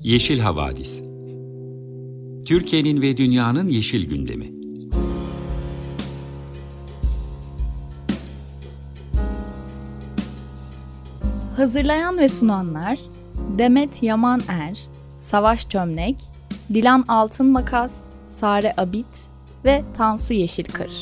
Yeşil Havadis. Türkiye'nin ve dünyanın yeşil gündemi. Hazırlayan ve sunanlar Demet Yaman Savaş Çömlek, Dilan Altınmakas, Sare Abit ve Tansu Yeşilkır.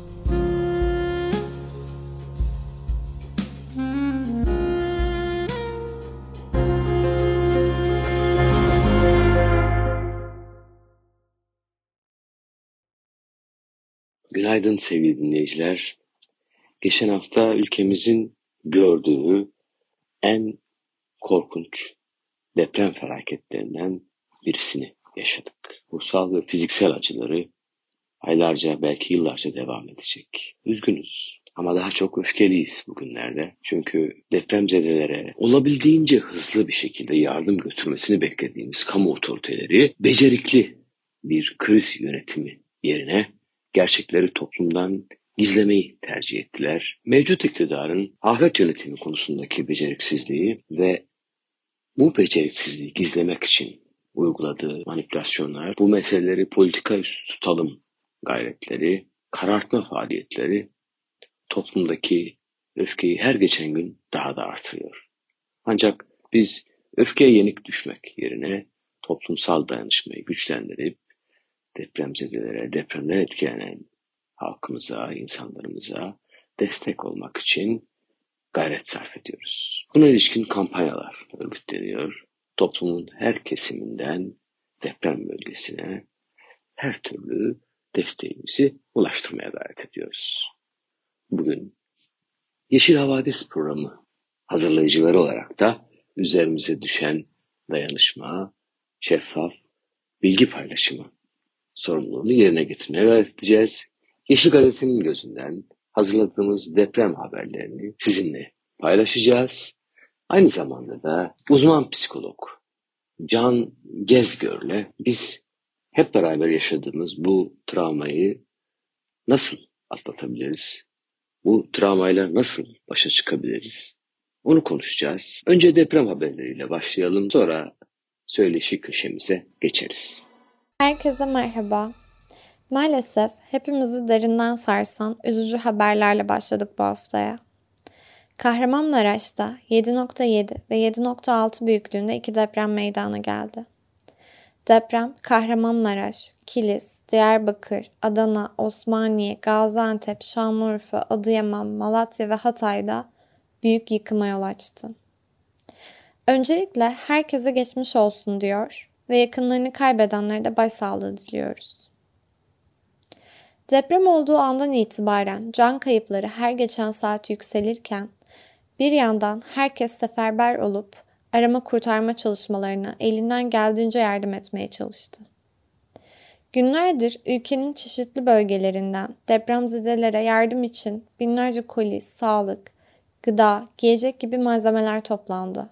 Günaydın sevgili dinleyiciler. Geçen hafta ülkemizin gördüğü en korkunç deprem felaketlerinden birisini yaşadık. Ruhsal ve fiziksel acıları aylarca, belki yıllarca devam edecek. Üzgünüz ama daha çok öfkeliyiz bugünlerde. Çünkü depremzedelere olabildiğince hızlı bir şekilde yardım götürmesini beklediğimiz kamu otoriteleri becerikli bir kriz yönetimi yerine gerçekleri toplumdan gizlemeyi tercih ettiler. Mevcut iktidarın afet yönetimi konusundaki beceriksizliği ve bu beceriksizliği gizlemek için uyguladığı manipülasyonlar, bu meseleleri politika üstü tutalım gayretleri, karartma faaliyetleri toplumdaki öfkeyi her geçen gün daha da artırıyor. Ancak biz öfkeye yenik düşmek yerine toplumsal dayanışmayı güçlendirip depremzedelere, depremden etkilenen halkımıza, insanlarımıza destek olmak için gayret sarf ediyoruz. Buna ilişkin kampanyalar örgütleniyor. Toplumun her kesiminden deprem bölgesine her türlü desteğimizi ulaştırmaya gayret ediyoruz. Bugün Yeşil Havadis programı hazırlayıcıları olarak da üzerimize düşen dayanışma, şeffaf bilgi paylaşımı sorumluluğunu yerine getirmeye gayret edeceğiz. Yeşil Gazete'nin gözünden hazırladığımız deprem haberlerini sizinle paylaşacağız. Aynı zamanda da uzman psikolog Can Gezgör'le biz hep beraber yaşadığımız bu travmayı nasıl atlatabiliriz? Bu travmayla nasıl başa çıkabiliriz? Onu konuşacağız. Önce deprem haberleriyle başlayalım. Sonra söyleşi köşemize geçeriz. Herkese merhaba. Maalesef hepimizi derinden sarsan üzücü haberlerle başladık bu haftaya. Kahramanmaraş'ta 7.7 ve 7.6 büyüklüğünde 2 deprem meydana geldi. Deprem Kahramanmaraş, Kilis, Diyarbakır, Adana, Osmaniye, Gaziantep, Şanlıurfa, Adıyaman, Malatya ve Hatay'da büyük yıkıma yol açtı. Öncelikle herkese geçmiş olsun diyor ve yakınlarını kaybedenlere de başsağlığı diliyoruz. Deprem olduğu andan itibaren can kayıpları her geçen saat yükselirken bir yandan herkes seferber olup arama kurtarma çalışmalarına elinden geldiğince yardım etmeye çalıştı. Günlerdir ülkenin çeşitli bölgelerinden depremzedelere yardım için binlerce koli, sağlık, gıda, giyecek gibi malzemeler toplandı.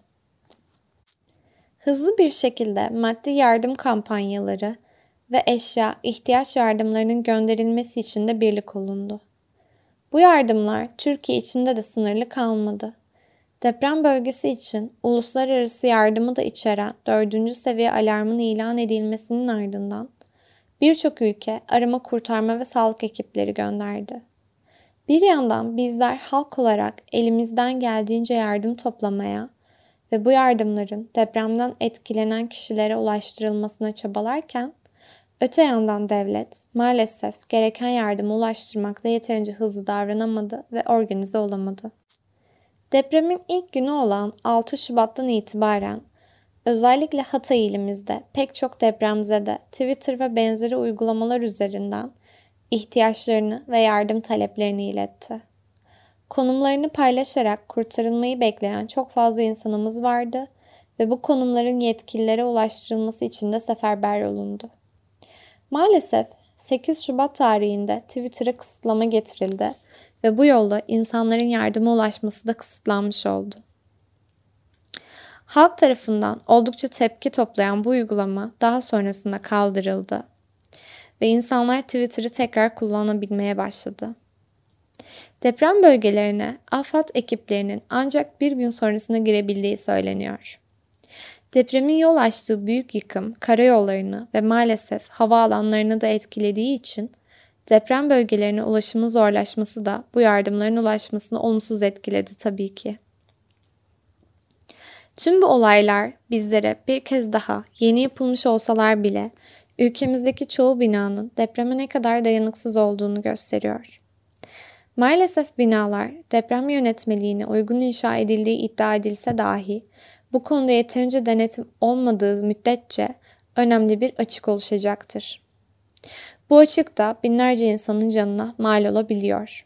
Hızlı bir şekilde maddi yardım kampanyaları ve eşya, ihtiyaç yardımlarının gönderilmesi için de birlik olundu. Bu yardımlar Türkiye içinde de sınırlı kalmadı. Deprem bölgesi için uluslararası yardımı da içeren 4. seviye alarmın ilan edilmesinin ardından birçok ülke arama kurtarma ve sağlık ekipleri gönderdi. Bir yandan bizler halk olarak elimizden geldiğince yardım toplamaya ve bu yardımların depremden etkilenen kişilere ulaştırılmasına çabalarken, öte yandan devlet maalesef gereken yardımı ulaştırmakta yeterince hızlı davranamadı ve organize olamadı. Depremin ilk günü olan 6 Şubat'tan itibaren özellikle Hatay ilimizde pek çok depremzede Twitter ve benzeri uygulamalar üzerinden ihtiyaçlarını ve yardım taleplerini iletti. Konumlarını paylaşarak kurtarılmayı bekleyen çok fazla insanımız vardı ve bu konumların yetkililere ulaştırılması için de seferber olundu. Maalesef 8 Şubat tarihinde Twitter'a kısıtlama getirildi ve bu yolla insanların yardıma ulaşması da kısıtlanmış oldu. Halk tarafından oldukça tepki toplayan bu uygulama daha sonrasında kaldırıldı ve insanlar Twitter'ı tekrar kullanabilmeye başladı. Deprem bölgelerine AFAD ekiplerinin ancak bir gün sonrasında girebildiği söyleniyor. Depremin yol açtığı büyük yıkım karayollarını ve maalesef havaalanlarını da etkilediği için deprem bölgelerine ulaşımın zorlaşması da bu yardımların ulaşmasını olumsuz etkiledi tabii ki. Tüm bu olaylar bizlere bir kez daha yeni yapılmış olsalar bile ülkemizdeki çoğu binanın depreme ne kadar dayanıksız olduğunu gösteriyor. Maalesef binalar deprem yönetmeliğine uygun inşa edildiği iddia edilse dahi bu konuda yeterince denetim olmadığı müddetçe önemli bir açık oluşacaktır. Bu açık da binlerce insanın canına mal olabiliyor.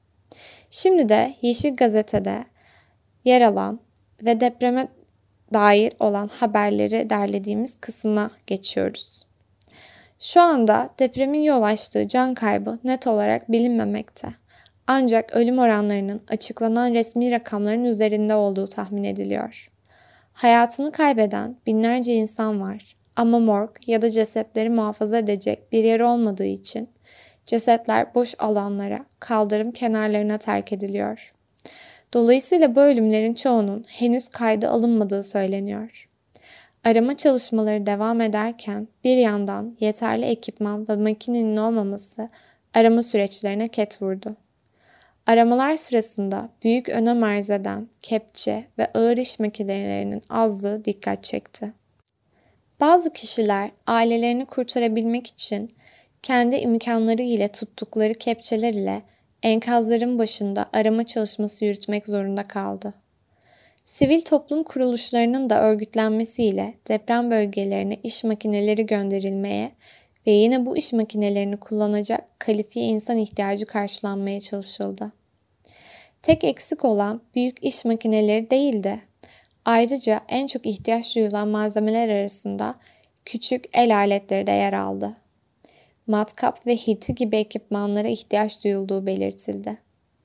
Şimdi de Yeşil Gazete'de yer alan ve depreme dair olan haberleri derlediğimiz kısma geçiyoruz. Şu anda depremin yol açtığı can kaybı net olarak bilinmemekte. Ancak ölüm oranlarının açıklanan resmi rakamların üzerinde olduğu tahmin ediliyor. Hayatını kaybeden binlerce insan var ama morg ya da cesetleri muhafaza edecek bir yer olmadığı için cesetler boş alanlara, kaldırım kenarlarına terk ediliyor. Dolayısıyla bu ölümlerin çoğunun henüz kayda alınmadığı söyleniyor. Arama çalışmaları devam ederken bir yandan yeterli ekipman ve makinenin olmaması arama süreçlerine ket vurdu. Aramalar sırasında büyük önem arz eden kepçe ve ağır iş makinelerinin azlığı dikkat çekti. Bazı kişiler ailelerini kurtarabilmek için kendi imkanları ile tuttukları kepçeler ile enkazların başında arama çalışması yürütmek zorunda kaldı. Sivil toplum kuruluşlarının da örgütlenmesiyle deprem bölgelerine iş makineleri gönderilmeye ve yine bu iş makinelerini kullanacak kalifiye insan ihtiyacı karşılanmaya çalışıldı. Tek eksik olan büyük iş makineleri değildi. Ayrıca en çok ihtiyaç duyulan malzemeler arasında küçük el aletleri de yer aldı. Matkap ve hiti gibi ekipmanlara ihtiyaç duyulduğu belirtildi.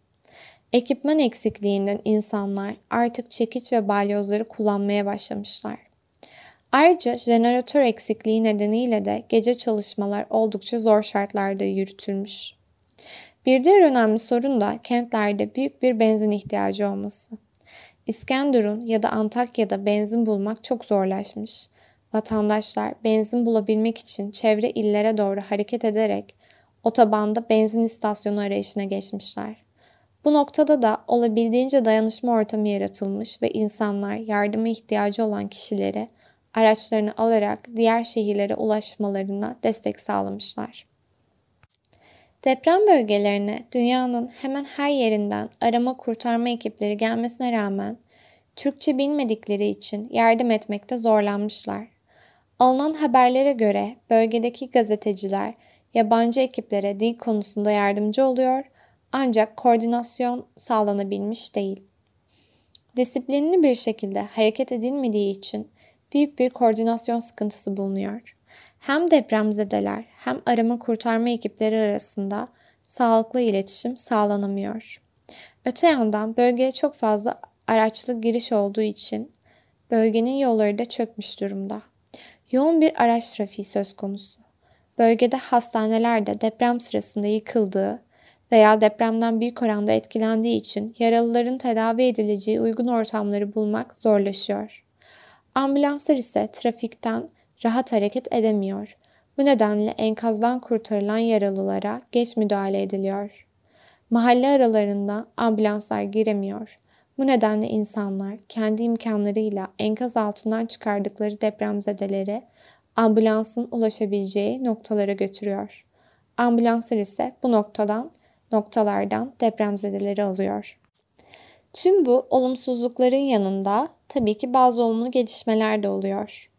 Ekipman eksikliğinden insanlar artık çekiç ve balyozları kullanmaya başlamışlar. Ayrıca jeneratör eksikliği nedeniyle de gece çalışmalar oldukça zor şartlarda yürütülmüş. Bir diğer önemli sorun da kentlerde büyük bir benzin ihtiyacı olması. İskenderun ya da Antakya'da benzin bulmak çok zorlaşmış. Vatandaşlar benzin bulabilmek için çevre illere doğru hareket ederek otobanda benzin istasyonu arayışına geçmişler. Bu noktada da olabildiğince dayanışma ortamı yaratılmış ve insanlar yardıma ihtiyacı olan kişileri araçlarını alarak diğer şehirlere ulaşmalarına destek sağlamışlar. Deprem bölgelerine dünyanın hemen her yerinden arama kurtarma ekipleri gelmesine rağmen Türkçe bilmedikleri için yardım etmekte zorlanmışlar. Alınan haberlere göre bölgedeki gazeteciler yabancı ekiplere dil konusunda yardımcı oluyor ancak koordinasyon sağlanabilmiş değil. Disiplinli bir şekilde hareket edilmediği için büyük bir koordinasyon sıkıntısı bulunuyor. Hem depremzedeler hem arama kurtarma ekipleri arasında sağlıklı iletişim sağlanamıyor. Öte yandan bölgeye çok fazla araçlı giriş olduğu için bölgenin yolları da çökmüş durumda. Yoğun bir araç trafiği söz konusu. Bölgede hastaneler de deprem sırasında yıkıldığı veya depremden büyük oranda etkilendiği için yaralıların tedavi edileceği uygun ortamları bulmak zorlaşıyor. Ambulanslar ise trafikten rahat hareket edemiyor. Bu nedenle enkazdan kurtarılan yaralılara geç müdahale ediliyor. Mahalle aralarında ambulanslar giremiyor. Bu nedenle insanlar kendi imkanlarıyla enkaz altından çıkardıkları depremzedeleri ambulansın ulaşabileceği noktalara götürüyor. Ambulanslar ise bu noktalardan depremzedeleri alıyor. Tüm bu olumsuzlukların yanında tabii ki bazı olumlu gelişmeler de oluyor.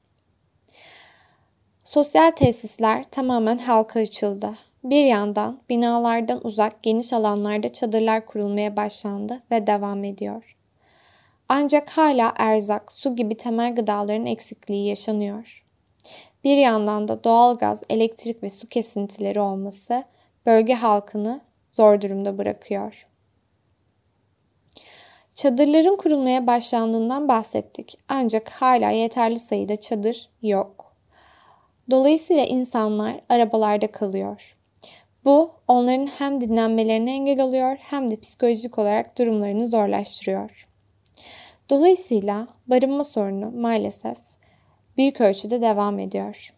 Sosyal tesisler tamamen halka açıldı. Bir yandan binalardan uzak geniş alanlarda çadırlar kurulmaya başlandı ve devam ediyor. Ancak hala erzak, su gibi temel gıdaların eksikliği yaşanıyor. Bir yandan da doğalgaz, elektrik ve su kesintileri olması bölge halkını zor durumda bırakıyor. Çadırların kurulmaya başlandığından bahsettik ancak hala yeterli sayıda çadır yok. Dolayısıyla insanlar arabalarda kalıyor. Bu onların hem dinlenmelerine engel oluyor hem de psikolojik olarak durumlarını zorlaştırıyor. Dolayısıyla barınma sorunu maalesef büyük ölçüde devam ediyor.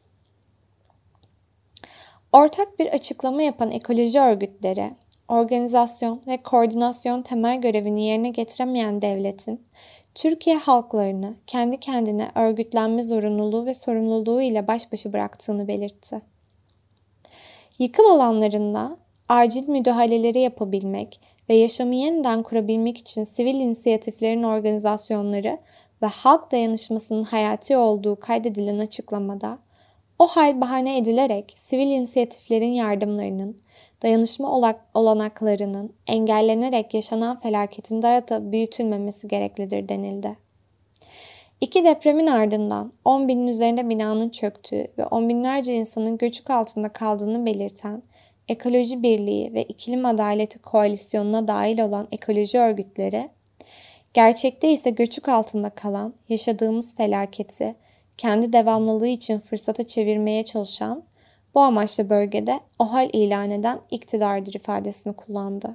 Ortak bir açıklama yapan ekoloji örgütleri, organizasyon ve koordinasyon temel görevini yerine getiremeyen devletin, Türkiye halklarını kendi kendine örgütlenme zorunluluğu ve sorumluluğu ile baş başa bıraktığını belirtti. Yıkım alanlarında acil müdahaleleri yapabilmek ve yaşamı yeniden kurabilmek için sivil inisiyatiflerin organizasyonları ve halk dayanışmasının hayati olduğu kaydedilen açıklamada, o hal bahane edilerek sivil inisiyatiflerin yardımlarının, dayanışma olanaklarının engellenerek yaşanan felaketin daha da büyütülmemesi gereklidir denildi. İki depremin ardından 10 binin üzerinde binanın çöktüğü ve on binlerce insanın göçük altında kaldığını belirten Ekoloji Birliği ve İklim Adaleti Koalisyonu'na dahil olan ekoloji örgütleri, gerçekte ise göçük altında kalan, yaşadığımız felaketi kendi devamlılığı için fırsata çevirmeye çalışan, bu amaçla bölgede OHAL ilan eden iktidardır ifadesini kullandı.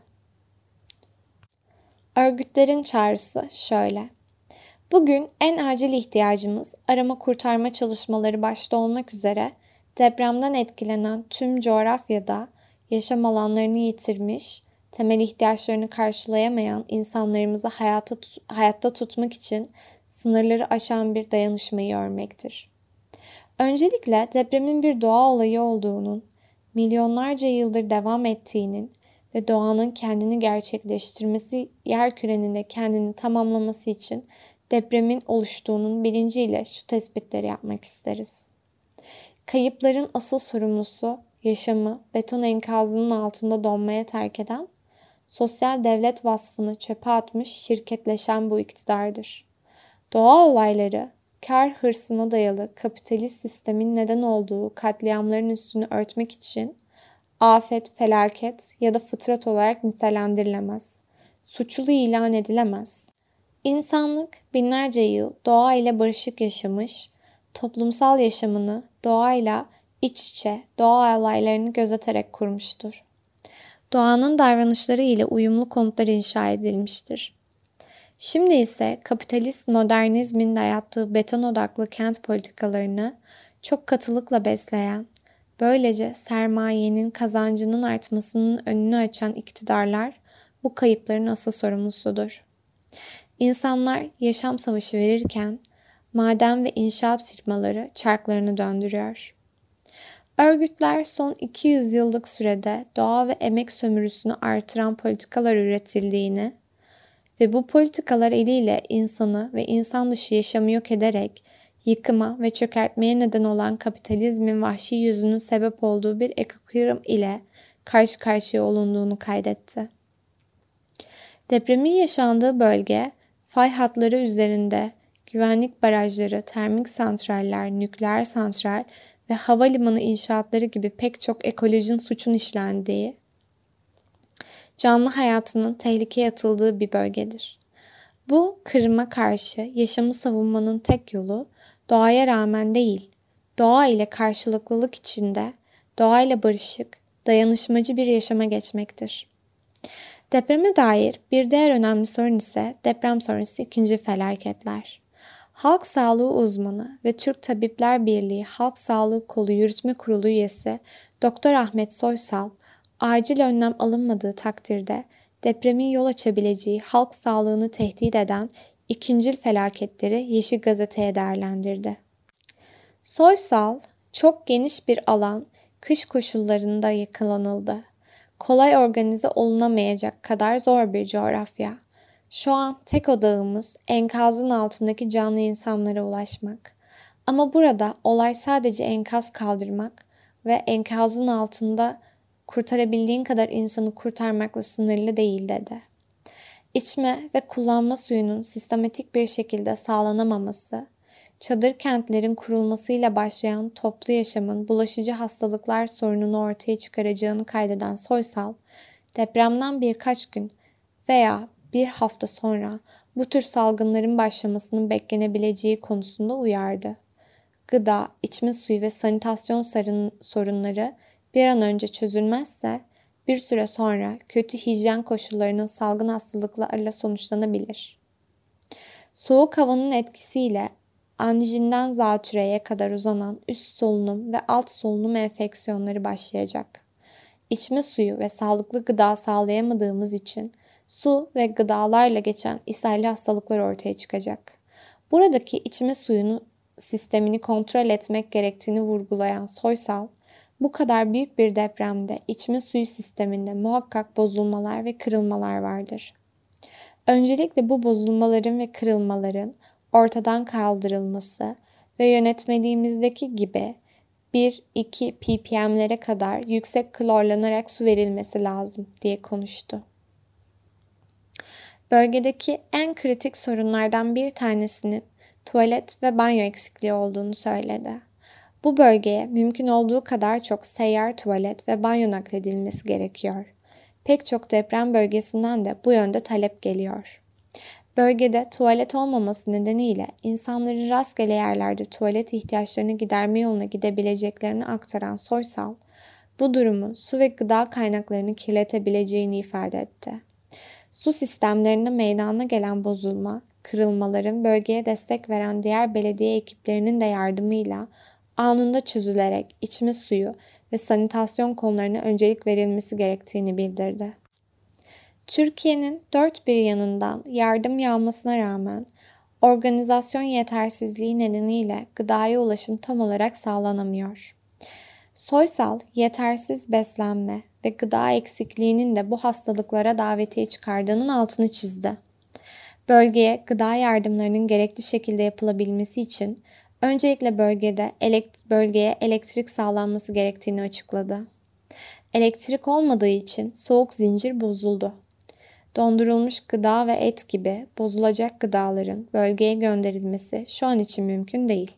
Örgütlerin çağrısı şöyle: Bugün en acil ihtiyacımız arama kurtarma çalışmaları başta olmak üzere depremden etkilenen tüm coğrafyada yaşam alanlarını yitirmiş, temel ihtiyaçlarını karşılayamayan insanlarımızı hayatta tutmak için sınırları aşan bir dayanışmayı örmektir. Öncelikle depremin bir doğa olayı olduğunun, milyonlarca yıldır devam ettiğinin ve doğanın kendini gerçekleştirmesi, yerküreninde kendini tamamlaması için depremin oluştuğunun bilinciyle şu tespitleri yapmak isteriz. Kayıpların asıl sorumlusu yaşamı beton enkazının altında donmaya terk eden, sosyal devlet vasfını çöpe atmış şirketleşen bu iktidardır. Doğa olayları, kar hırsına dayalı kapitalist sistemin neden olduğu katliamların üstünü örtmek için afet, felaket ya da fıtrat olarak nitelendirilemez. Suçlu ilan edilemez. İnsanlık binlerce yıl doğa ile barışık yaşamış, toplumsal yaşamını doğayla iç içe, doğa olaylarını gözeterek kurmuştur. Doğanın davranışları ile uyumlu konutlar inşa edilmiştir. Şimdi ise kapitalist modernizmin dayattığı beton odaklı kent politikalarını çok katılıkla besleyen, böylece sermayenin kazancının artmasının önünü açan iktidarlar bu kayıpların asıl sorumlusudur. İnsanlar yaşam savaşı verirken maden ve inşaat firmaları çarklarını döndürüyor. Örgütler son 200 yıllık sürede doğa ve emek sömürüsünü artıran politikalar üretildiğini ve bu politikalar eliyle insanı ve insan dışı yaşamı yok ederek yıkıma ve çökertmeye neden olan kapitalizmin vahşi yüzünün sebep olduğu bir ekokırım ile karşı karşıya olunduğunu kaydetti. Depremin yaşandığı bölge, fay hatları üzerinde güvenlik barajları, termik santraller, nükleer santral ve havalimanı inşaatları gibi pek çok ekolojinin suçun işlendiği, canlı hayatının tehlikeye atıldığı bir bölgedir. Bu kırıma karşı yaşamı savunmanın tek yolu doğaya rağmen değil, doğa ile karşılıklılık içinde, doğayla barışık, dayanışmacı bir yaşama geçmektir. Depreme dair bir diğer önemli sorun ise deprem sonrası ikinci felaketler. Halk sağlığı uzmanı ve Türk Tabipler Birliği Halk Sağlığı Kolu Yürütme Kurulu üyesi Doktor Ahmet Soysal, acil önlem alınmadığı takdirde depremin yol açabileceği halk sağlığını tehdit eden ikincil felaketleri Yeşil Gazete'ye değerlendirdi. Soysal, çok geniş bir alan kış koşullarında yakalanıldı. Kolay organize olunamayacak kadar zor bir coğrafya. Şu an tek odağımız enkazın altındaki canlı insanlara ulaşmak. Ama burada olay sadece enkaz kaldırmak ve enkazın altında kurtarabildiğin kadar insanı kurtarmakla sınırlı değil dedi. İçme ve kullanma suyunun sistematik bir şekilde sağlanamaması, çadır kentlerin kurulmasıyla başlayan toplu yaşamın bulaşıcı hastalıklar sorununu ortaya çıkaracağını kaydeden Soysal, depremden birkaç gün veya bir hafta sonra bu tür salgınların başlamasının beklenebileceği konusunda uyardı. Gıda, içme suyu ve sanitasyon sorunları bir an önce çözülmezse bir süre sonra kötü hijyen koşullarının salgın hastalıklarla sonuçlanabilir. Soğuk havanın etkisiyle anjinden zatürreye kadar uzanan üst solunum ve alt solunum enfeksiyonları başlayacak. İçme suyu ve sağlıklı gıda sağlayamadığımız için su ve gıdalarla geçen ishalli hastalıklar ortaya çıkacak. Buradaki içme suyunu sistemini kontrol etmek gerektiğini vurgulayan Soysal, bu kadar büyük bir depremde içme suyu sisteminde muhakkak bozulmalar ve kırılmalar vardır. Öncelikle bu bozulmaların ve kırılmaların ortadan kaldırılması ve yönetmeliğimizdeki gibi 1-2 ppm'lere kadar yüksek klorlanarak su verilmesi lazım diye konuştu. Bölgedeki en kritik sorunlardan bir tanesinin tuvalet ve banyo eksikliği olduğunu söyledi. Bu bölgeye mümkün olduğu kadar çok seyyar tuvalet ve banyo nakledilmesi gerekiyor. Pek çok deprem bölgesinden de bu yönde talep geliyor. Bölgede tuvalet olmaması nedeniyle insanların rastgele yerlerde tuvalet ihtiyaçlarını giderme yoluna gidebileceklerini aktaran Soysal, bu durumun su ve gıda kaynaklarını kirletebileceğini ifade etti. Su sistemlerinde meydana gelen bozulma, kırılmaların bölgeye destek veren diğer belediye ekiplerinin de yardımıyla anında çözülerek içme suyu ve sanitasyon konularına öncelik verilmesi gerektiğini bildirdi. Türkiye'nin dört bir yanından yardım yağmasına rağmen organizasyon yetersizliği nedeniyle gıdaya ulaşım tam olarak sağlanamıyor. Soysal, yetersiz beslenme ve gıda eksikliğinin de bu hastalıklara davetiye çıkardığının altını çizdi. Bölgeye gıda yardımlarının gerekli şekilde yapılabilmesi için öncelikle bölgeye elektrik sağlanması gerektiğini açıkladı. Elektrik olmadığı için soğuk zincir bozuldu. Dondurulmuş gıda ve et gibi bozulacak gıdaların bölgeye gönderilmesi şu an için mümkün değil.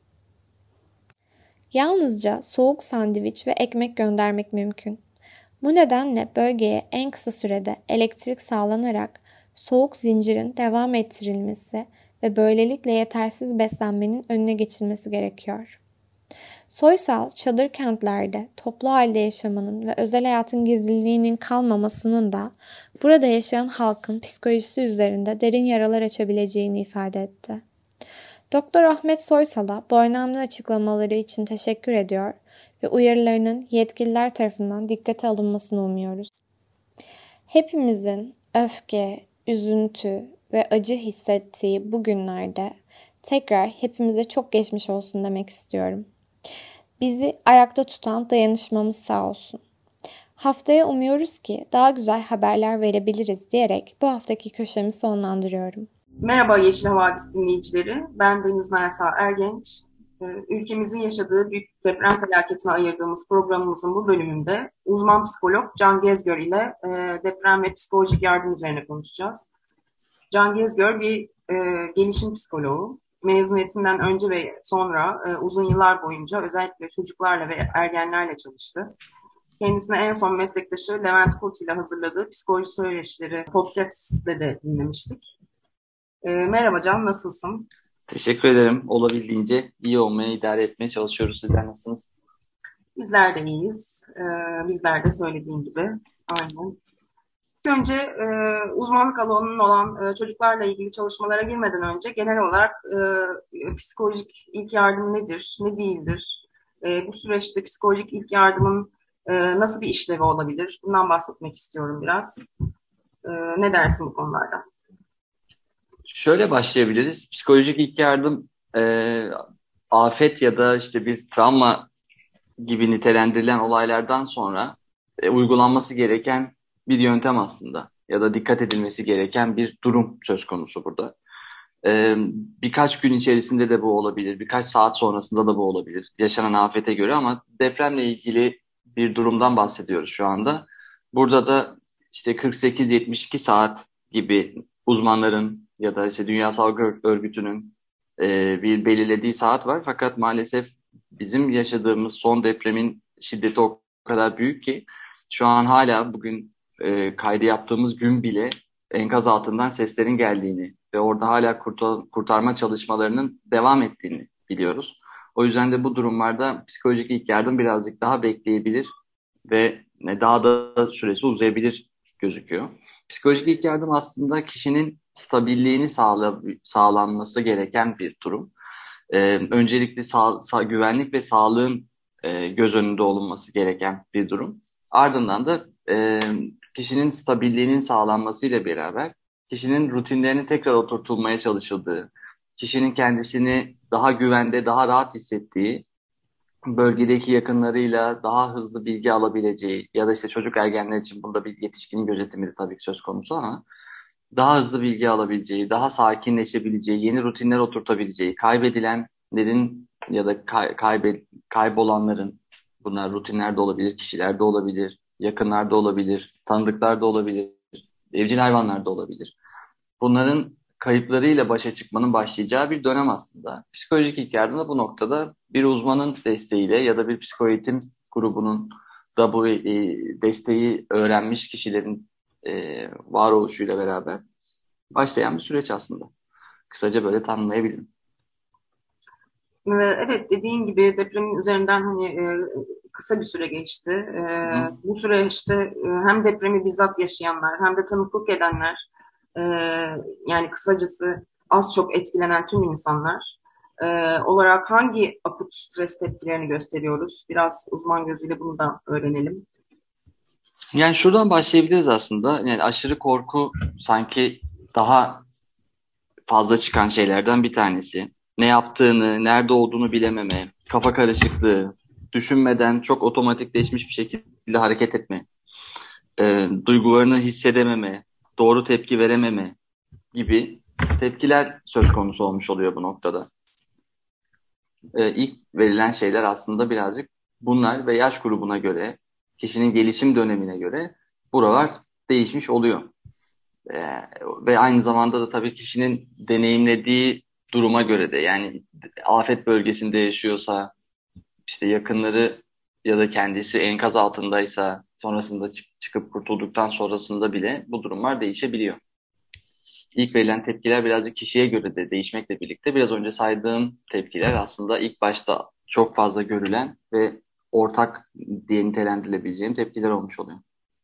Yalnızca soğuk sandviç ve ekmek göndermek mümkün. Bu nedenle bölgeye en kısa sürede elektrik sağlanarak soğuk zincirin devam ettirilmesi ve böylelikle yetersiz beslenmenin önüne geçilmesi gerekiyor. Soysal, çadır kentlerde toplu halde yaşamanın ve özel hayatın gizliliğinin kalmamasının da burada yaşayan halkın psikolojisi üzerinde derin yaralar açabileceğini ifade etti. Doktor Ahmet Soysal'a bu önemli açıklamaları için teşekkür ediyor ve uyarılarının yetkililer tarafından dikkate alınmasını umuyoruz. Hepimizin öfke, üzüntü ve acı hissettiği bu günlerde tekrar hepimize çok geçmiş olsun demek istiyorum. Bizi ayakta tutan dayanışmamız sağ olsun. Haftaya umuyoruz ki daha güzel haberler verebiliriz diyerek bu haftaki köşemi sonlandırıyorum. Merhaba Yeşil Havadis dinleyicileri. Ben Deniz Melsa Ergenç. Ülkemizin yaşadığı büyük deprem felaketine ayırdığımız programımızın bu bölümünde uzman psikolog Can Gezgör ile deprem ve psikolojik yardım üzerine konuşacağız. Can Gezgör bir gelişim psikoloğu. Mezuniyetinden önce ve sonra uzun yıllar boyunca özellikle çocuklarla ve ergenlerle çalıştı. Kendisine en son meslektaşı Levent Kurt ile hazırladığı Psikoloji Söyleşileri podcast'te de dinlemiştik. Merhaba Can, nasılsın? Teşekkür ederim. Olabildiğince iyi olmaya, idare etmeye çalışıyoruz. Sizler nasılsınız? Bizler de iyiyiz. Bizler de söylediğin gibi. Aynen. Önce uzmanlık alanının olan çocuklarla ilgili çalışmalara girmeden önce genel olarak psikolojik ilk yardım nedir, ne değildir? Bu süreçte psikolojik ilk yardımın nasıl bir işlevi olabilir? Bundan bahsetmek istiyorum biraz. Ne dersin bu konularda? Şöyle başlayabiliriz. Psikolojik ilk yardım afet ya da işte bir travma gibi nitelendirilen olaylardan sonra uygulanması gereken bir yöntem aslında. Ya da dikkat edilmesi gereken bir durum söz konusu burada. Birkaç gün içerisinde de bu olabilir. Birkaç saat sonrasında da bu olabilir. Yaşanan afete göre ama depremle ilgili bir durumdan bahsediyoruz şu anda. Burada da işte 48-72 saat gibi uzmanların ya da işte Dünya Sağlık Örgütü'nün bir belirlediği saat var. Fakat maalesef bizim yaşadığımız son depremin şiddeti o kadar büyük ki şu an hala bugün kaydı yaptığımız gün bile enkaz altından seslerin geldiğini ve orada hala kurtarma çalışmalarının devam ettiğini biliyoruz. O yüzden de bu durumlarda psikolojik ilk yardım birazcık daha bekleyebilir ve daha da süresi uzayabilir gözüküyor. Psikolojik ilk yardım aslında kişinin stabilliğini sağlanması gereken bir durum. Öncelikli güvenlik ve sağlığın göz önünde olunması gereken bir durum. Ardından da kişinin stabilliğinin sağlanmasıyla beraber kişinin rutinlerinin tekrar oturtulmaya çalışıldığı, kişinin kendisini daha güvende, daha rahat hissettiği, bölgedeki yakınlarıyla daha hızlı bilgi alabileceği ya da işte çocuk ergenler için bunda bir yetişkin gözetimi de tabii ki söz konusu ama daha hızlı bilgi alabileceği, daha sakinleşebileceği, yeni rutinler oturtabileceği, kaybedilenlerin ya da kaybolanların, bunlar rutinlerde olabilir, kişilerde olabilir, yakınlarda olabilir, tanıdıklarda olabilir, evcil hayvanlarda olabilir. Bunların kayıplarıyla başa çıkmanın başlayacağı bir dönem aslında. Psikolojik ilk yardım da bu noktada bir uzmanın desteğiyle ya da bir psikoeğitim grubunun da bu desteği öğrenmiş kişilerin varoluşuyla beraber başlayan bir süreç aslında. Kısaca böyle tanımlayabilirim. Evet, dediğin gibi depremin üzerinden kısa bir süre geçti. Bu süreçte hem depremi bizzat yaşayanlar hem de tanıklık edenler, e, yani kısacası az çok etkilenen tüm insanlar olarak hangi akut stres tepkilerini gösteriyoruz? Biraz uzman gözüyle bunu da öğrenelim. Yani şuradan başlayabiliriz aslında. Yani aşırı korku sanki daha fazla çıkan şeylerden bir tanesi. Ne yaptığını, nerede olduğunu bilememe, kafa karışıklığı, düşünmeden çok otomatikleşmiş bir şekilde hareket etme, duygularını hissedememe, doğru tepki verememe gibi tepkiler söz konusu olmuş oluyor bu noktada. İlk verilen şeyler aslında birazcık bunlar ve yaş grubuna göre, kişinin gelişim dönemine göre buralar değişmiş oluyor. Ve aynı zamanda da tabii kişinin deneyimlediği duruma göre de, yani afet bölgesinde yaşıyorsa, işte yakınları ya da kendisi enkaz altındaysa, sonrasında çıkıp kurtulduktan sonrasında bile bu durumlar değişebiliyor. İlk verilen tepkiler birazcık kişiye göre de değişmekle birlikte biraz önce saydığım tepkiler aslında ilk başta çok fazla görülen ve ortak diye nitelendirilebileceğim tepkiler olmuş oluyor.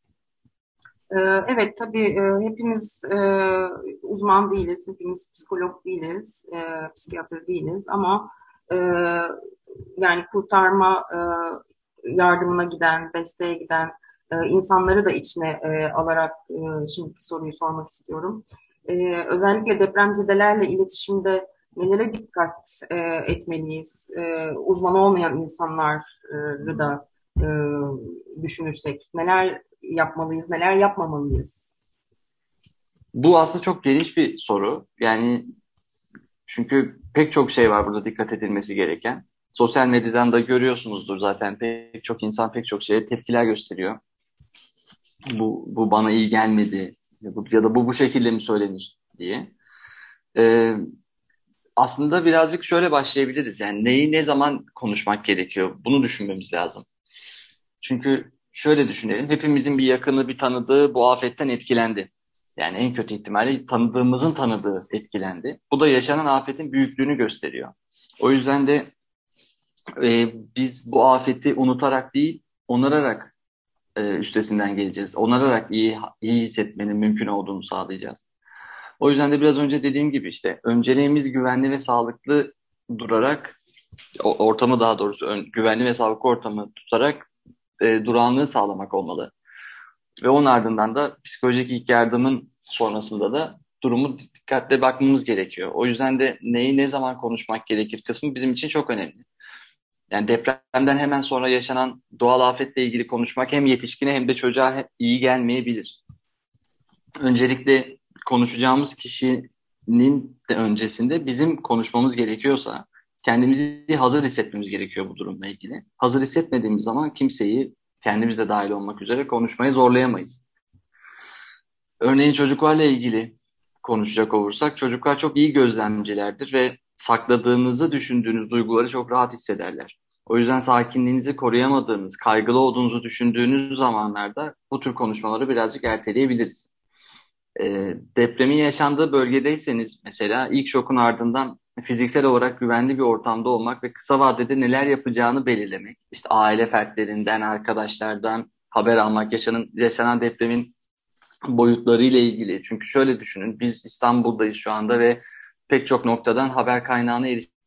Evet, tabii hepimiz uzman değiliz, hepimiz psikolog değiliz, psikiyatr değiliz ama e, yani kurtarma yardımına giden, desteğe giden insanları da içine alarak şimdiki soruyu sormak istiyorum. Özellikle depremzedelerle iletişimde nelere dikkat etmeliyiz? Uzman olmayan insanları da e, düşünürsek neler yapmalıyız, neler yapmamalıyız? Bu aslında çok geniş bir soru. Yani çünkü pek çok şey var burada dikkat edilmesi gereken. Sosyal medyadan da görüyorsunuzdur zaten, pek çok insan pek çok şeye tepkiler gösteriyor. Bu bana iyi gelmedi ya da bu şekilde mi söylenir diye. Ee, Aslında birazcık şöyle başlayabiliriz. Yani neyi ne zaman konuşmak gerekiyor? Bunu düşünmemiz lazım. Çünkü şöyle düşünelim. Hepimizin bir yakını, bir tanıdığı bu afetten etkilendi. Yani en kötü ihtimalle tanıdığımızın tanıdığı etkilendi. Bu da yaşanan afetin büyüklüğünü gösteriyor. O yüzden de biz bu afeti unutarak değil, onararak üstesinden geleceğiz. Onararak iyi hissetmenin mümkün olduğunu sağlayacağız. O yüzden de biraz önce dediğim gibi işte önceliğimiz güvenli ve sağlıklı durarak, ortamı daha doğrusu güvenli ve sağlıklı ortamı tutarak durağanlığı sağlamak olmalı. Ve onun ardından da psikolojik ilk yardımın sonrasında da durumu dikkatle bakmamız gerekiyor. O yüzden de neyi ne zaman konuşmak gerekir kısmı bizim için çok önemli. Yani depremden hemen sonra yaşanan doğal afetle ilgili konuşmak hem yetişkine hem de çocuğa iyi gelmeyebilir. Öncelikle konuşacağımız kişinin de öncesinde bizim konuşmamız gerekiyorsa kendimizi hazır hissetmemiz gerekiyor bu durumla ilgili. Hazır hissetmediğimiz zaman kimseyi, kendimiz de dahil olmak üzere, konuşmaya zorlayamayız. Örneğin çocuklarla ilgili konuşacak olursak, çocuklar çok iyi gözlemcilerdir ve sakladığınızı düşündüğünüz duyguları çok rahat hissederler. O yüzden sakinliğinizi koruyamadığınız, kaygılı olduğunuzu düşündüğünüz zamanlarda bu tür konuşmaları birazcık erteleyebiliriz. Depremin yaşandığı bölgedeyseniz mesela ilk şokun ardından fiziksel olarak güvenli bir ortamda olmak ve kısa vadede neler yapacağını belirlemek. İşte aile fertlerinden, arkadaşlardan haber almak, yaşanan depremin boyutlarıyla ilgili. Çünkü şöyle düşünün, biz İstanbul'dayız şu anda ve pek çok noktadan haber kaynağına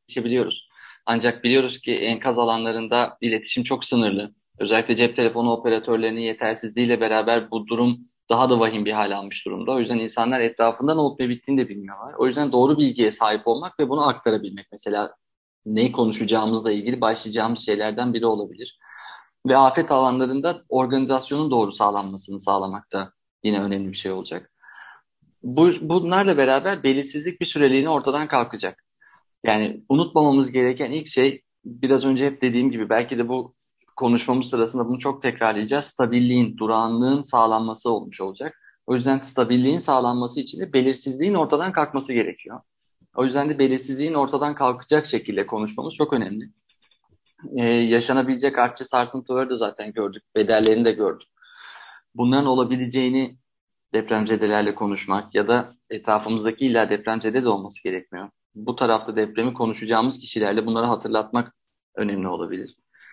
haberleşebiliyoruz. Ancak biliyoruz ki enkaz alanlarında iletişim çok sınırlı. Özellikle cep telefonu operatörlerinin yetersizliğiyle beraber bu durum daha da vahim bir hal almış durumda. O yüzden insanlar etrafında ne olup ne bittiğini de bilmiyorlar. O yüzden doğru bilgiye sahip olmak ve bunu aktarabilmek mesela ne konuşacağımızla ilgili başlayacağımız şeylerden biri olabilir. Ve afet alanlarında organizasyonun doğru sağlanmasını sağlamak da yine önemli bir şey olacak. Bunlarla beraber belirsizlik bir süreliğine ortadan kalkacak. Yani unutmamamız gereken ilk şey, biraz önce hep dediğim gibi, belki de bu konuşmamız sırasında bunu çok tekrarlayacağız. Stabilliğin, durağanlığın sağlanması olmuş olacak. O yüzden stabilliğin sağlanması için de belirsizliğin ortadan kalkması gerekiyor. O yüzden de belirsizliğin ortadan kalkacak şekilde konuşmamız çok önemli. Yaşanabilecek artçı sarsıntıları da zaten gördük. Bedellerini de gördük. Bunların olabileceğini depremzedelerle konuşmak ya da etrafımızdaki illa depremzede de olması gerekmiyor. Bu tarafta depremi konuşacağımız kişilerle bunları hatırlatmak önemli olabilir.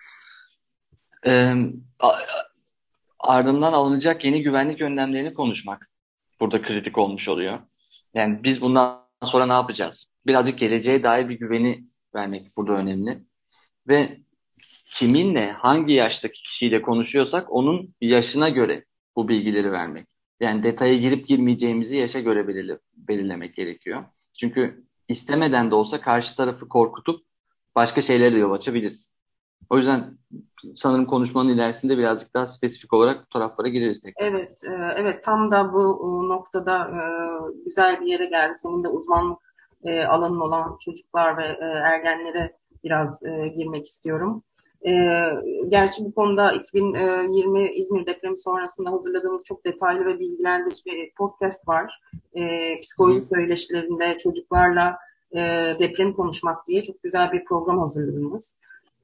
A- Ardından alınacak yeni güvenlik önlemlerini konuşmak burada kritik olmuş oluyor. Yani biz bundan sonra ne yapacağız? Birazcık geleceğe dair bir güveni vermek burada önemli. Ve kiminle, hangi yaştaki kişiyle konuşuyorsak onun yaşına göre bu bilgileri vermek. Yani detaya girip girmeyeceğimizi yaşa göre belirlemek gerekiyor. Çünkü istemeden de olsa karşı tarafı korkutup başka şeylere de yol açabiliriz. O yüzden sanırım konuşmanın ilerisinde birazcık daha spesifik olarak bu taraflara gireriz tekrar. Evet, evet, tam da bu noktada güzel bir yere geldi. Senin de uzmanlık alanın olan çocuklar ve ergenlere biraz girmek istiyorum. E, Gerçi bu konuda 2020 İzmir depremi sonrasında hazırladığımız çok detaylı ve bilgilendirici bir podcast var. Psikoloji söyleşilerinde çocuklarla depremi konuşmak diye çok güzel bir program hazırladığımız.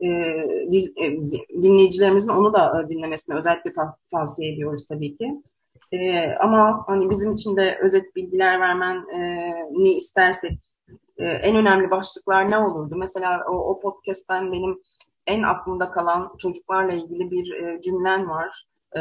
Dinleyicilerimizin onu da dinlemesini özellikle tavsiye ediyoruz tabii ki. Ama hani bizim için de özet bilgiler vermeni istersek en önemli başlıklar ne olurdu? Mesela o podcast'ten benim en aklımda kalan çocuklarla ilgili bir cümlen var. E,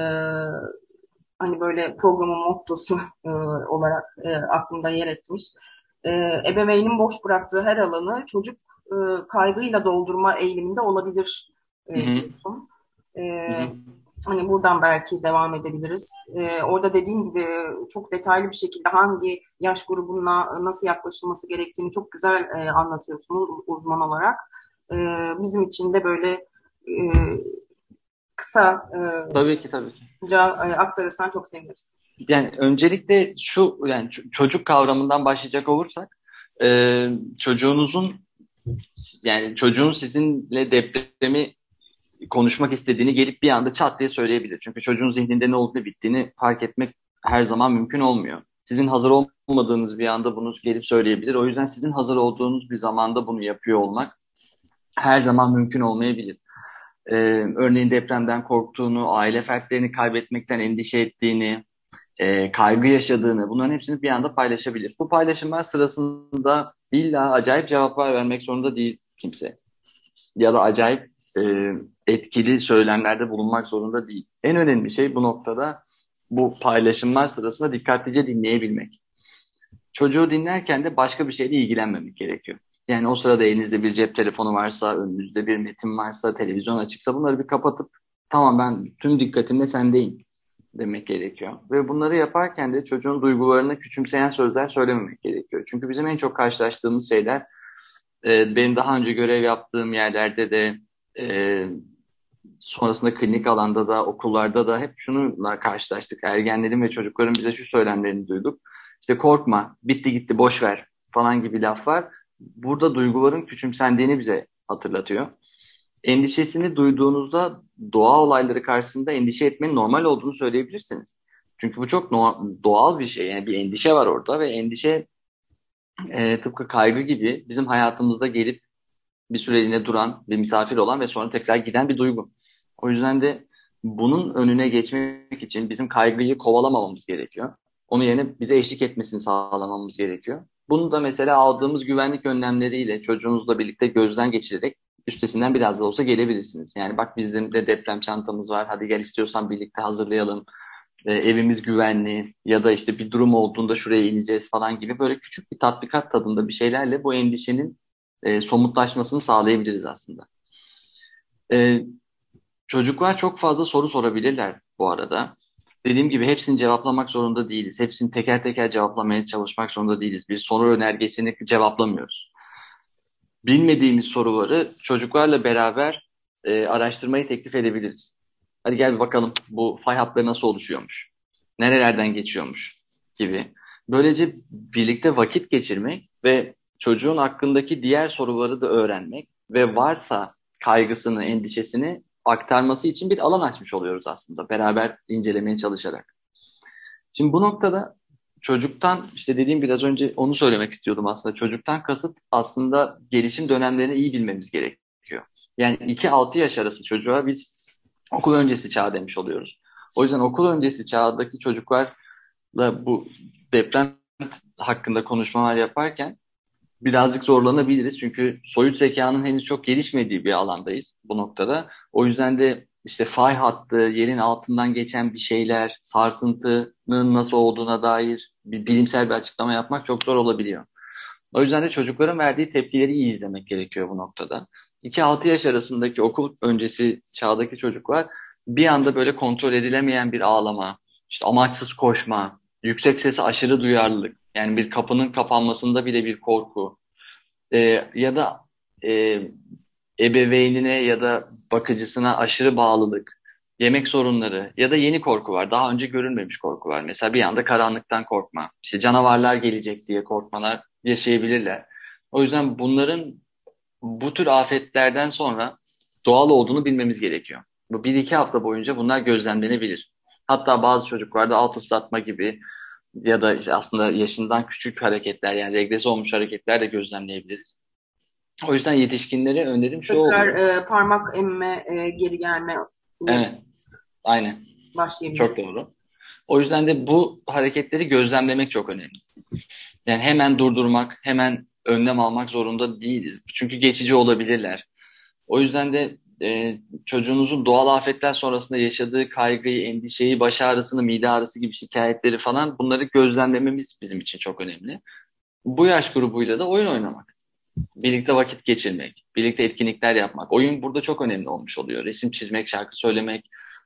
Hani böyle programın mottosu olarak aklımda yer etmiş. E, Ebeveynin boş bıraktığı her alanı çocuk kaygıyla doldurma eğiliminde olabilir Hı hı, diyorsun. E, hı hı. Hani buradan belki devam edebiliriz. Orada dediğim gibi çok detaylı bir şekilde hangi yaş grubuna nasıl yaklaşılması gerektiğini çok güzel anlatıyorsunuz uzman olarak. E, Bizim için de böyle e, kısa Tabii ki, tabii ki. aktarırsan çok seviniriz. Yani öncelikle şu, yani çocuk kavramından başlayacak olursak, çocuğunuzun, yani çocuğun sizinle depremi konuşmak istediğini gelip bir anda çat diye söyleyebilir. Çünkü çocuğun zihninde ne olup ne bittiğini fark etmek her zaman mümkün olmuyor. Sizin hazır olmadığınız bir anda bunu gelip söyleyebilir. O yüzden sizin hazır olduğunuz bir zamanda bunu yapıyor olmak her zaman mümkün olmayabilir. Örneğin depremden korktuğunu, aile fertlerini kaybetmekten endişe ettiğini, kaygı yaşadığını, bunların hepsini bir anda paylaşabilir. Bu paylaşımlar sırasında illa acayip cevaplar vermek zorunda değil kimse. Ya da acayip e, etkili söylemlerde bulunmak zorunda değil. En önemli şey bu noktada bu paylaşımlar sırasında dikkatlice dinleyebilmek. Çocuğu dinlerken de başka bir şeyle ilgilenmemek gerekiyor. Yani o sırada elinizde bir cep telefonu varsa, önünüzde bir metin varsa, televizyon açıksa bunları bir kapatıp tamam, ben tüm dikkatimle sendeyim demek gerekiyor. Ve bunları yaparken de çocuğun duygularını küçümseyen sözler söylememek gerekiyor. Çünkü bizim en çok karşılaştığımız şeyler, benim daha önce görev yaptığım yerlerde de, e, sonrasında klinik alanda da, okullarda da hep şununla karşılaştık. Ergenlerin ve çocukların bize şu söylemlerini duyduk. İşte korkma, bitti gitti, boş ver falan gibi laflar. Burada duyguların küçümsendiğini bize hatırlatıyor. Endişesini duyduğunuzda doğa olayları karşısında endişe etmenin normal olduğunu söyleyebilirsiniz. Çünkü bu çok doğal bir şey. Yani bir endişe var orada ve endişe, tıpkı kaygı gibi bizim hayatımızda gelip bir süreliğine duran ve misafir olan ve sonra tekrar giden bir duygu. O yüzden de bunun önüne geçmek için bizim kaygıyı kovalamamamız gerekiyor. Onun yerine bize eşlik etmesini sağlamamız gerekiyor. Bunu da mesela aldığımız güvenlik önlemleriyle çocuğunuzla birlikte gözden geçirerek üstesinden biraz da olsa gelebilirsiniz. Yani bak, bizim de deprem çantamız var, hadi gel istiyorsan birlikte hazırlayalım. Evimiz güvenli ya da işte bir durum olduğunda şuraya ineceğiz falan gibi böyle küçük bir tatbikat tadında bir şeylerle bu endişenin somutlaşmasını sağlayabiliriz aslında. Çocuklar çok fazla soru sorabilirler bu arada. Dediğim gibi hepsini cevaplamak zorunda değiliz. Hepsini teker teker cevaplamaya çalışmak zorunda değiliz. Bir soru önergesini cevaplamıyoruz. Bilmediğimiz soruları çocuklarla beraber araştırmayı teklif edebiliriz. Hadi gel bir bakalım bu fay hatları nasıl oluşuyormuş, nerelerden geçiyormuş gibi. Böylece birlikte vakit geçirmek ve çocuğun hakkındaki diğer soruları da öğrenmek ve varsa kaygısını, endişesini aktarması için bir alan açmış oluyoruz aslında beraber incelemeye çalışarak. Şimdi bu noktada çocuktan işte dediğim biraz önce onu söylemek istiyordum aslında. Çocuktan kasıt aslında gelişim dönemlerini iyi bilmemiz gerekiyor. Yani 2-6 yaş arası çocuğa biz okul öncesi çağ demiş oluyoruz. O yüzden okul öncesi çağdaki çocuklarla bu deprem hakkında konuşmalar yaparken birazcık zorlanabiliriz. Çünkü soyut zekanın henüz çok gelişmediği bir alandayız bu noktada. O yüzden de işte fay hattı, yerin altından geçen bir şeyler, sarsıntının nasıl olduğuna dair bir bilimsel bir açıklama yapmak çok zor olabiliyor. O yüzden de çocukların verdiği tepkileri iyi izlemek gerekiyor bu noktada. 2-6 yaş arasındaki okul öncesi çağdaki çocuklar bir anda böyle kontrol edilemeyen bir ağlama, işte amaçsız koşma, yüksek sese aşırı duyarlılık, yani bir kapının kapanmasında bile bir korku, ya da e, ebeveynine ya da bakıcısına aşırı bağlılık, yemek sorunları ya da yeni korku var. Daha önce görülmemiş korku var. Mesela bir anda karanlıktan korkma, işte canavarlar gelecek diye korkmalar yaşayabilirler. O yüzden bunların bu tür afetlerden sonra doğal olduğunu bilmemiz gerekiyor. Bu 1-2 hafta boyunca bunlar gözlemlenebilir. Hatta bazı çocuklarda alt ıslatma gibi ya da işte aslında yaşından küçük hareketler yani regrese olmuş hareketler de gözlemleyebiliriz. O yüzden yetişkinlere önerim şu Tekrar oluyor. parmak emme, geri gelme Evet, aynen. başlayabilir. Çok doğru. O yüzden de bu hareketleri gözlemlemek çok önemli. Yani hemen durdurmak, hemen önlem almak zorunda değiliz. Çünkü geçici olabilirler. O yüzden de çocuğunuzun doğal afetler sonrasında yaşadığı kaygıyı, endişeyi, baş ağrısını, mide ağrısı gibi şikayetleri falan bunları gözlemlememiz bizim için çok önemli. Bu yaş grubuyla da oyun oynamak, birlikte vakit geçirmek, birlikte etkinlikler yapmak. Oyun burada çok önemli olmuş oluyor. Resim çizmek, şarkı söylemek,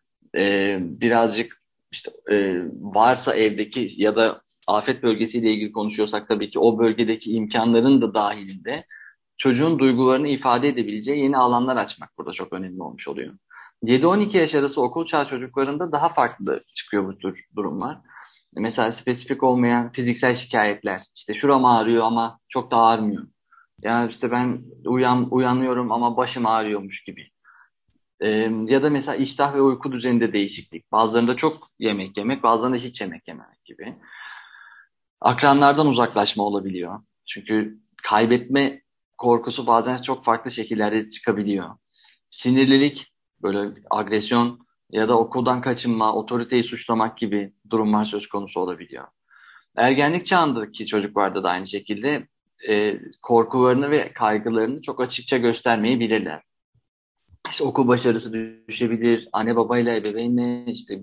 birazcık işte varsa evdeki ya da afet bölgesiyle ilgili konuşuyorsak tabii ki o bölgedeki imkanların da dahilinde çocuğun duygularını ifade edebileceği yeni alanlar açmak burada çok önemli olmuş oluyor. 7-12 yaş arası okul çağı çocuklarında daha farklı çıkıyor bu tür durumlar. Mesela spesifik olmayan fiziksel şikayetler. İşte şuram ağrıyor ama çok da ağrımıyor. Ya işte ben uyanıyorum ama başım ağrıyormuş gibi. Ya da mesela iştah ve uyku düzeninde değişiklik. Bazılarında çok yemek yemek, bazılarında hiç yemek yememek gibi. Akranlardan uzaklaşma olabiliyor. Çünkü kaybetme korkusu bazen çok farklı şekillerde çıkabiliyor. Sinirlilik, böyle agresyon ya da okuldan kaçınma, otoriteyi suçlamak gibi durumlar söz konusu olabiliyor. Ergenlik çağındaki çocuklarda da aynı şekilde korkularını ve kaygılarını çok açıkça göstermeyebilirler. İşte okul başarısı düşebilir, anne babayla, ebeveynle, işte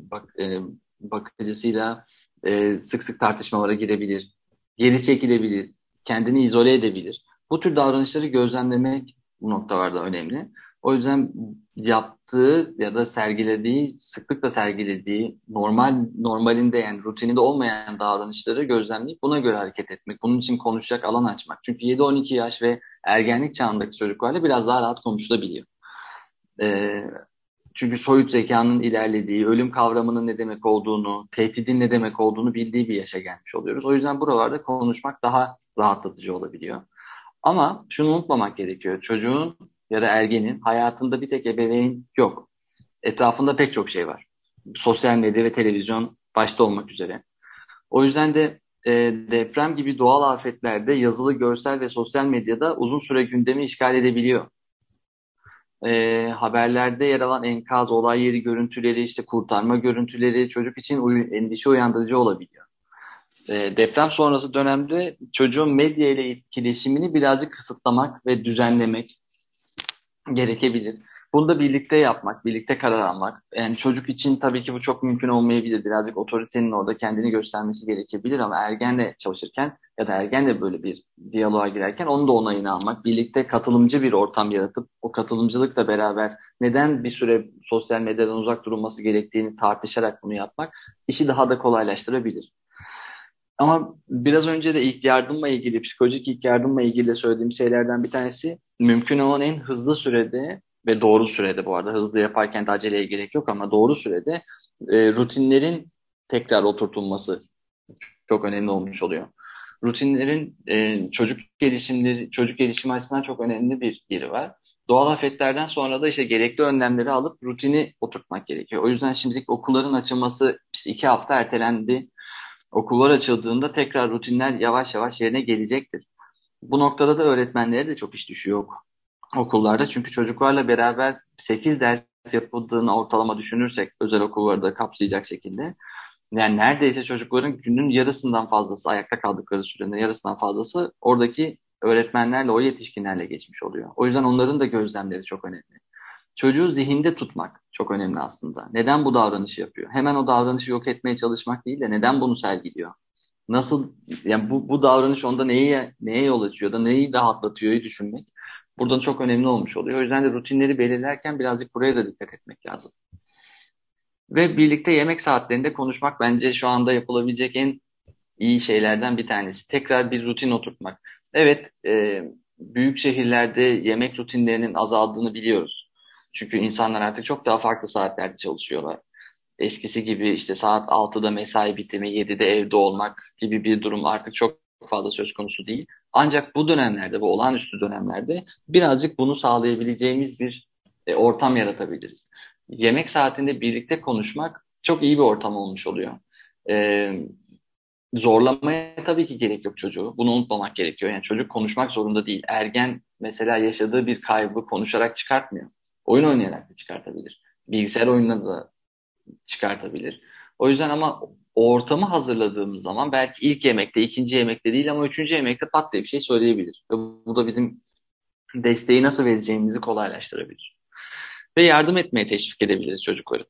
bakıcısıyla sık sık tartışmalara girebilir, geri çekilebilir, kendini izole edebilir. Bu tür davranışları gözlemlemek bu noktalarda önemli. O yüzden yaptığı ya da sergilediği, sıklıkla sergilediği normalinde yani rutininde olmayan davranışları gözlemleyip buna göre hareket etmek. Bunun için konuşacak alan açmak. Çünkü 7-12 yaş ve ergenlik çağındaki çocuklarla biraz daha rahat konuşulabiliyor. Ee, Çünkü soyut zekanın ilerlediği, ölüm kavramının ne demek olduğunu, tehdidin ne demek olduğunu bildiği bir yaşa gelmiş oluyoruz. O yüzden buralarda konuşmak daha rahatlatıcı olabiliyor. Ama şunu unutmamak gerekiyor. Çocuğun ya da ergenin hayatında bir tek ebeveyn yok. Etrafında pek çok şey var. Sosyal medya ve televizyon başta olmak üzere. O yüzden de deprem gibi doğal afetlerde yazılı, görsel ve sosyal medyada uzun süre gündemi işgal edebiliyor. Haberlerde yer alan enkaz, olay yeri görüntüleri, işte kurtarma görüntüleri çocuk için endişe uyandırıcı olabiliyor. Deprem sonrası dönemde çocuğun medya ile etkileşimini birazcık kısıtlamak ve düzenlemek gerekebilir. Bunu da birlikte yapmak, birlikte karar almak. Yani çocuk için tabii ki bu çok mümkün olmayabilir. Birazcık otoritenin orada kendini göstermesi gerekebilir ama ergenle çalışırken ya da ergenle böyle bir diyaloğa girerken onun da onayını almak, birlikte katılımcı bir ortam yaratıp o katılımcılıkla beraber neden bir süre sosyal medyadan uzak durulması gerektiğini tartışarak bunu yapmak işi daha da kolaylaştırabilir. Ama biraz önce de ilk yardımla ilgili, psikolojik ilk yardımla ilgili de söylediğim şeylerden bir tanesi mümkün olan en hızlı sürede ve doğru sürede, bu arada hızlı yaparken de aceleye gerek yok ama doğru sürede rutinlerin tekrar oturtulması çok önemli olmuş oluyor. Rutinlerin çocuk gelişimi açısından çok önemli bir yeri var. Doğal afetlerden sonra da işte gerekli önlemleri alıp rutini oturtmak gerekiyor. O yüzden şimdilik okulların açılması işte 2 hafta ertelendi. Okullar açıldığında tekrar rutinler yavaş yavaş yerine gelecektir. Bu noktada da öğretmenlere de çok iş düşüyor okullarda. Çünkü çocuklarla beraber 8 ders yapıldığını ortalama düşünürsek özel okulları da kapsayacak şekilde. Yani neredeyse çocukların günün yarısından fazlası, ayakta kaldıkları sürenin yarısından fazlası oradaki öğretmenlerle, o yetişkinlerle geçmiş oluyor. O yüzden onların da gözlemleri çok önemli. Çocuğu zihinde tutmak çok önemli aslında. Neden bu davranışı yapıyor? Hemen o davranışı yok etmeye çalışmak değil de neden bunu sergiliyor? Nasıl, yani bu davranış onda neye yol açıyor da neyi rahatlatıyor'yu düşünmek buradan çok önemli olmuş oluyor. O yüzden de rutinleri belirlerken birazcık buraya da dikkat etmek lazım. Ve birlikte yemek saatlerinde konuşmak bence şu anda yapılabilecek en iyi şeylerden bir tanesi. Tekrar bir rutin oturtmak. Evet, büyük şehirlerde yemek rutinlerinin azaldığını biliyoruz. Çünkü insanlar artık çok daha farklı saatlerde çalışıyorlar. Eskisi gibi işte saat 6'da mesai bitimi, 7'de evde olmak gibi bir durum artık çok fazla söz konusu değil. Ancak bu dönemlerde, bu olağanüstü dönemlerde birazcık bunu sağlayabileceğimiz bir ortam yaratabiliriz. Yemek saatinde birlikte konuşmak çok iyi bir ortam olmuş oluyor. E, Zorlamaya tabii ki gerek yok çocuğu. Bunu unutmamak gerekiyor. Yani çocuk konuşmak zorunda değil. Ergen mesela yaşadığı bir kaybı konuşarak çıkartmıyor. Oyun oynayarak da çıkartabilir. Bilgisayar oyunları da çıkartabilir. O yüzden ama o ortamı hazırladığımız zaman belki ilk yemekte, ikinci yemekte değil ama üçüncü yemekte pat diye bir şey söyleyebilir. Ve bu da bizim desteği nasıl vereceğimizi kolaylaştırabilir. Ve yardım etmeye teşvik edebiliriz çocukları.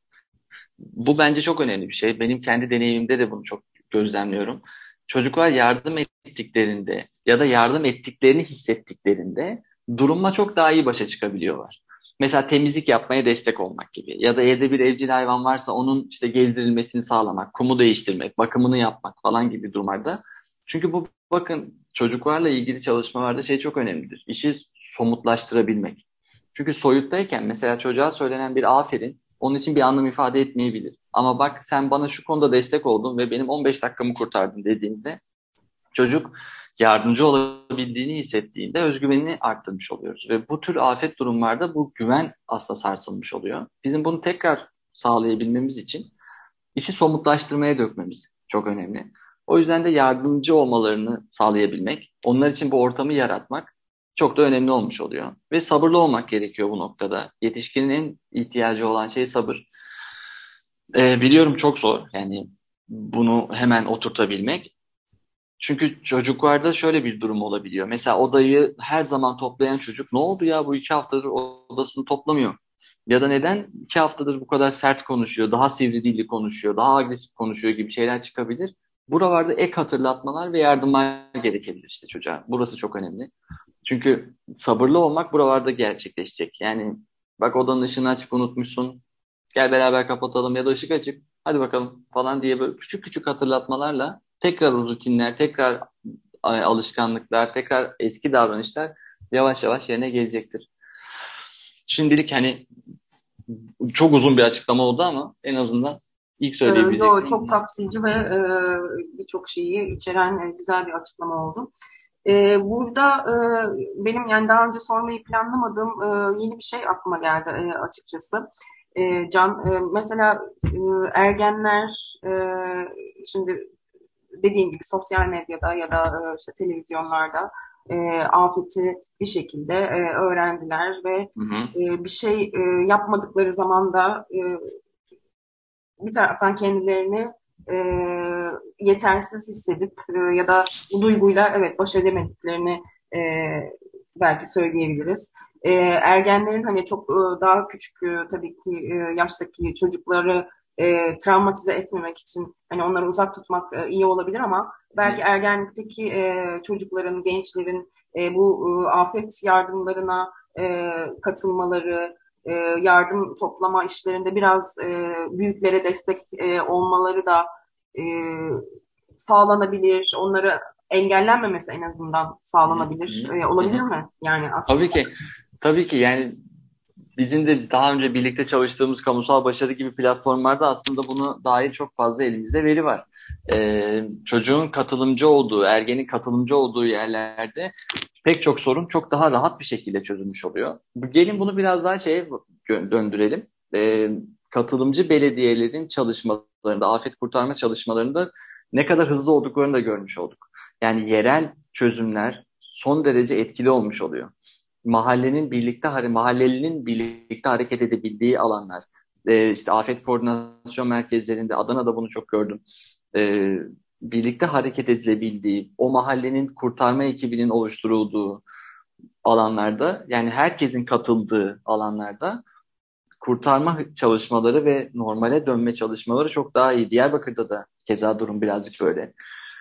Bu bence çok önemli bir şey. Benim kendi deneyimimde de bunu çok gözlemliyorum. Çocuklar yardım ettiklerinde ya da yardım ettiklerini hissettiklerinde durumla çok daha iyi başa çıkabiliyorlar. Mesela temizlik yapmaya destek olmak gibi ya da evde bir evcil hayvan varsa onun işte gezdirilmesini sağlamak, kumu değiştirmek, bakımını yapmak falan gibi durumlarda. Çünkü bu bakın çocuklarla ilgili çalışmalarda şey çok önemlidir. İşi somutlaştırabilmek. Çünkü soyuttayken mesela çocuğa söylenen bir aferin onun için bir anlam ifade etmeyebilir. Ama bak sen bana şu konuda destek oldun ve benim 15 dakikamı kurtardın dediğimde çocuk yardımcı olabildiğini hissettiğinde özgüvenini arttırmış oluyoruz. Ve bu tür afet durumlarda bu güven aslında sarsılmış oluyor. Bizim bunu tekrar sağlayabilmemiz için işi somutlaştırmaya dökmemiz çok önemli. O yüzden de yardımcı olmalarını sağlayabilmek, onlar için bu ortamı yaratmak çok da önemli olmuş oluyor. Ve sabırlı olmak gerekiyor bu noktada. Yetişkinin en ihtiyacı olan şey sabır. Biliyorum çok zor yani bunu hemen oturtabilmek. Çünkü çocuklarda şöyle bir durum olabiliyor. Mesela odayı her zaman toplayan çocuk ne oldu ya bu 2 haftadır odasını toplamıyor. Ya da neden 2 haftadır bu kadar sert konuşuyor, daha sivri dilli konuşuyor, daha agresif konuşuyor gibi şeyler çıkabilir. Buralarda ek hatırlatmalar ve yardımlar gerekebilir işte çocuğa. Burası çok önemli. Çünkü sabırlı olmak buralarda gerçekleşecek. Yani bak odanın ışığını açık unutmuşsun. Gel beraber kapatalım ya da ışık açık. Hadi bakalım falan diye böyle küçük küçük hatırlatmalarla tekrar o rutinler, tekrar alışkanlıklar, tekrar eski davranışlar yavaş yavaş yerine gelecektir. Şimdilik hani çok uzun bir açıklama oldu ama en azından ilk söyleyebileceklerim Çok bunlar. kapsayıcı ve birçok şeyi içeren güzel bir açıklama oldu. Burada benim yani daha önce sormayı planlamadığım yeni bir şey aklıma geldi açıkçası. Can, mesela ergenler şimdi dediğin gibi sosyal medyada ya da işte televizyonlarda afeti bir şekilde öğrendiler ve Hı hı. bir şey yapmadıkları zaman da bir taraftan kendilerini e, yetersiz hissedip ya da bu duyguyla evet baş edemediklerini e, belki söyleyebiliriz. Ergenlerin hani çok daha küçük tabii ki yaştaki çocukları travmatize etmemek için hani onları uzak tutmak iyi olabilir ama belki ergenlikteki çocukların, gençlerin bu afet yardımlarına katılmaları, yardım toplama işlerinde biraz büyüklere destek olmaları da e, sağlanabilir. Onları engellenmemesi en azından Hı hı, sağlanabilir. hı Olabilir hı. mi? Yani aslında. Tabii ki. Tabii ki yani bizim de daha önce birlikte çalıştığımız kamusal başarı gibi platformlarda aslında buna dair çok fazla elimizde veri var. Çocuğun katılımcı olduğu, ergenin katılımcı olduğu yerlerde pek çok sorun çok daha rahat bir şekilde çözülmüş oluyor. Gelin bunu biraz daha şeye döndürelim. Katılımcı belediyelerin çalışmalarında, afet kurtarma çalışmalarında ne kadar hızlı olduklarını da görmüş olduk. Yani yerel çözümler son derece etkili olmuş oluyor. Mahallelinin birlikte hareket edebildiği alanlar. İşte afet koordinasyon merkezlerinde Adana'da bunu çok gördüm. Ee, Birlikte hareket edilebildiği, o mahallenin kurtarma ekibinin oluşturulduğu alanlarda, yani herkesin katıldığı alanlarda kurtarma çalışmaları ve normale dönme çalışmaları çok daha iyi. Diyarbakır'da da keza durum birazcık böyle.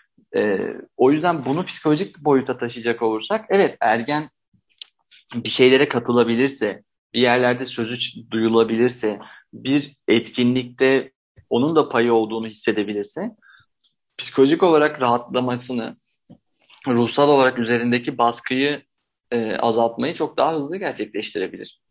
O yüzden bunu psikolojik boyuta taşıyacak olursak, evet, ergen bir şeylere katılabilirse, bir yerlerde sözü duyulabilirse, bir etkinlikte onun da payı olduğunu hissedebilirse, psikolojik olarak rahatlamasını, ruhsal olarak üzerindeki baskıyı azaltmayı çok daha hızlı gerçekleştirebilir.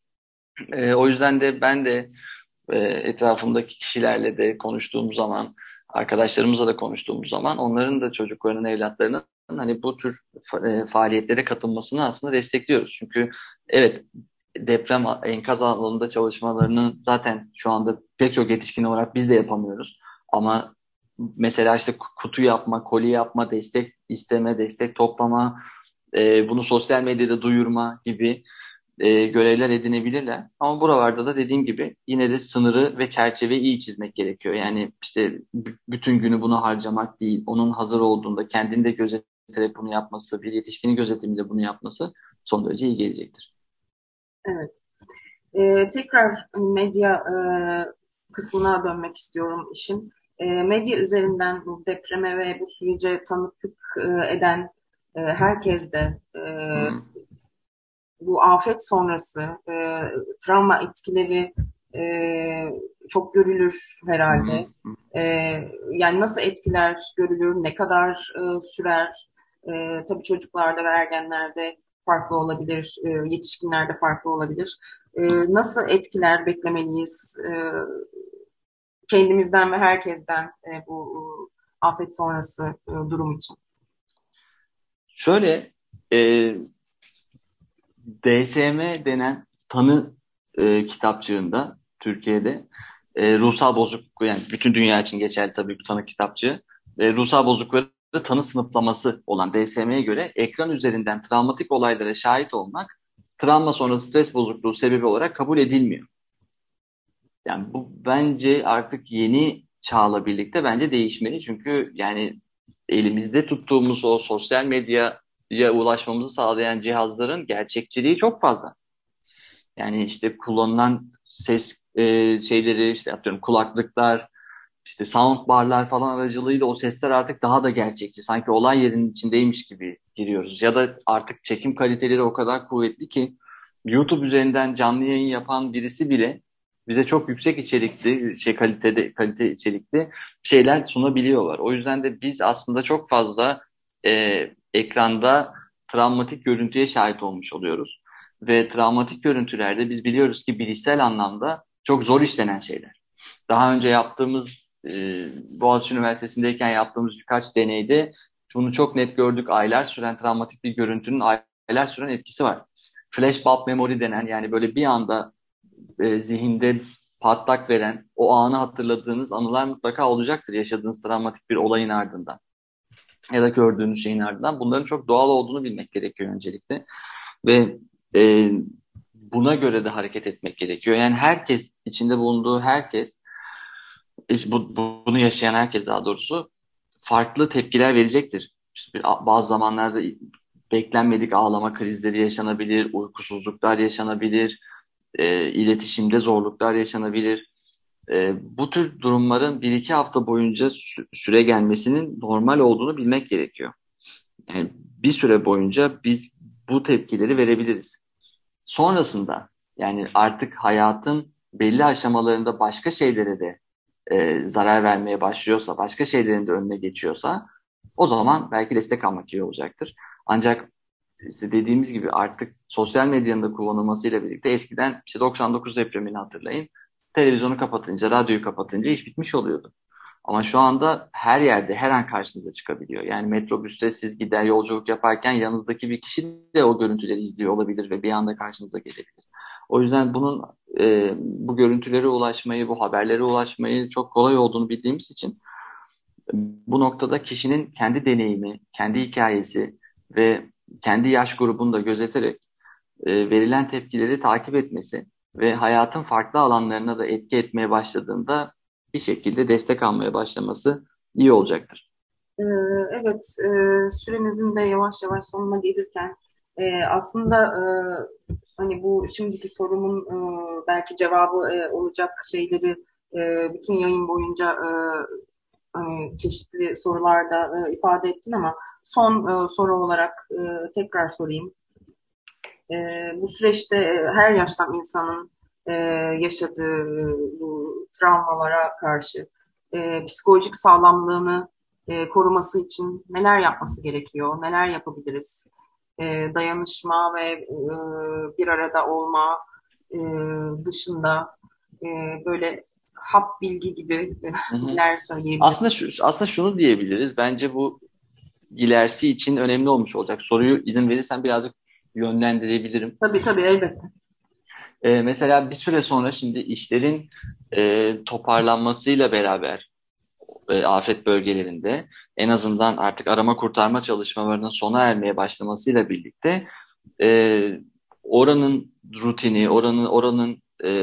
O yüzden de ben de etrafımdaki kişilerle de konuştuğum zaman, arkadaşlarımızla da konuştuğumuz zaman onların da çocuklarının, evlatlarının hani bu tür faaliyetlere katılmasını aslında destekliyoruz. Çünkü evet, deprem enkaz alanında çalışmalarını zaten şu anda pek çok yetişkin olarak biz de yapamıyoruz. Ama mesela işte kutu yapma, koli yapma, destek isteme, destek toplama, bunu sosyal medyada duyurma gibi görevler edinebilirler. Ama buralarda da dediğim gibi yine de sınırı ve çerçeveyi iyi çizmek gerekiyor. Yani işte bütün günü buna harcamak değil, onun hazır olduğunda kendini de gözeterek bunu yapması, bir yetişkinin gözetiminde bunu yapması son derece iyi gelecektir. Evet. Tekrar hani medya kısmına dönmek istiyorum işin. Medya üzerinden bu depreme ve bu sürece tanıklık eden herkes de Hı hı. bu afet sonrası travma etkileri çok görülür Hı hı. herhalde. E, Yani nasıl etkiler görülür, ne kadar sürer? Tabii çocuklarda ve ergenlerde farklı olabilir, yetişkinlerde farklı olabilir. Nasıl etkiler beklemeliyiz kendimizden ve herkesten bu afet sonrası durum için? Şöyle, e, DSM denen tanı kitapçığında Türkiye'de ruhsal bozukluk, yani bütün dünya için geçerli tabii bu tanı kitapçığı. Ruhsal bozuklukları tanı sınıflaması olan DSM'ye göre ekran üzerinden travmatik olaylara şahit olmak travma sonrası stres bozukluğu sebebi olarak kabul edilmiyor. Yani bu bence artık yeni çağla birlikte bence değişmeli. Çünkü yani elimizde tuttuğumuz o sosyal medyaya ulaşmamızı sağlayan cihazların gerçekçiliği çok fazla. Yani işte kullanılan ses şeyleri, işte atıyorum kulaklıklar, işte soundbarlar falan aracılığıyla o sesler artık daha da gerçekçi. Sanki olay yerinin içindeymiş gibi giriyoruz. Ya da artık çekim kaliteleri o kadar kuvvetli ki YouTube üzerinden canlı yayın yapan birisi bile bize çok yüksek içerikli, kalite içerikli şeyler sunabiliyorlar. O yüzden de biz aslında çok fazla ekranda travmatik görüntüye şahit olmuş oluyoruz. Ve travmatik görüntülerde biz biliyoruz ki bilişsel anlamda çok zor işlenen şeyler. Daha önce yaptığımız Boğaziçi Üniversitesi'ndeyken yaptığımız birkaç deneyde bunu çok net gördük. Aylar süren travmatik bir görüntünün aylar süren etkisi var. Flashbulb memory denen, yani böyle bir anda zihinde patlak veren, o anı hatırladığınız anılar mutlaka olacaktır yaşadığınız travmatik bir olayın ardından ya da gördüğünüz şeyin ardından. Bunların çok doğal olduğunu bilmek gerekiyor öncelikle. Ve e, buna göre de hareket etmek gerekiyor. Yani herkes, içinde bulunduğu herkes, bunu yaşayan herkes daha doğrusu farklı tepkiler verecektir. İşte bazı zamanlarda beklenmedik ağlama krizleri yaşanabilir, uykusuzluklar yaşanabilir, iletişimde zorluklar yaşanabilir. Bu tür durumların 1-2 hafta boyunca süre gelmesinin normal olduğunu bilmek gerekiyor. Yani bir süre boyunca biz bu tepkileri verebiliriz. Sonrasında yani artık hayatın belli aşamalarında başka şeylere de zarar vermeye başlıyorsa, başka şeylerin de önüne geçiyorsa o zaman belki destek almak iyi olacaktır. Ancak işte dediğimiz gibi artık sosyal medyanın da kullanılmasıyla birlikte eskiden işte 99 depremini hatırlayın. Televizyonu kapatınca, radyoyu kapatınca iş bitmiş oluyordu. Ama şu anda her yerde her an karşınıza çıkabiliyor. Yani metrobüste siz gider yolculuk yaparken yanınızdaki bir kişi de o görüntüleri izliyor olabilir ve bir anda karşınıza gelebilir. O yüzden bu görüntülere ulaşmayı, bu haberlere ulaşmayı çok kolay olduğunu bildiğimiz için bu noktada kişinin kendi deneyimi, kendi hikayesi ve kendi yaş grubunu da gözeterek verilen tepkileri takip etmesi ve hayatın farklı alanlarına da etki etmeye başladığında bir şekilde destek almaya başlaması iyi olacaktır. Evet, süremizin de yavaş yavaş sonuna gelirken aslında hani bu şimdiki sorumun belki cevabı olacak şeyleri bütün yayın boyunca hani çeşitli sorularda ifade ettin ama son soru olarak tekrar sorayım. Bu süreçte her yaştan insanın yaşadığı bu travmalara karşı psikolojik sağlamlığını koruması için neler yapması gerekiyor, neler yapabiliriz? Dayanışma ve bir arada olma dışında böyle hap bilgi gibi neler söyleyebiliriz? Aslında şunu diyebiliriz. Bence bu ilerisi için önemli olmuş olacak. Soruyu izin verirsen birazcık yönlendirebilirim. Tabii elbette. Mesela bir süre sonra şimdi işlerin toparlanmasıyla beraber afet bölgelerinde en azından artık arama kurtarma çalışmalarının sona ermeye başlamasıyla birlikte oranın rutini, oranın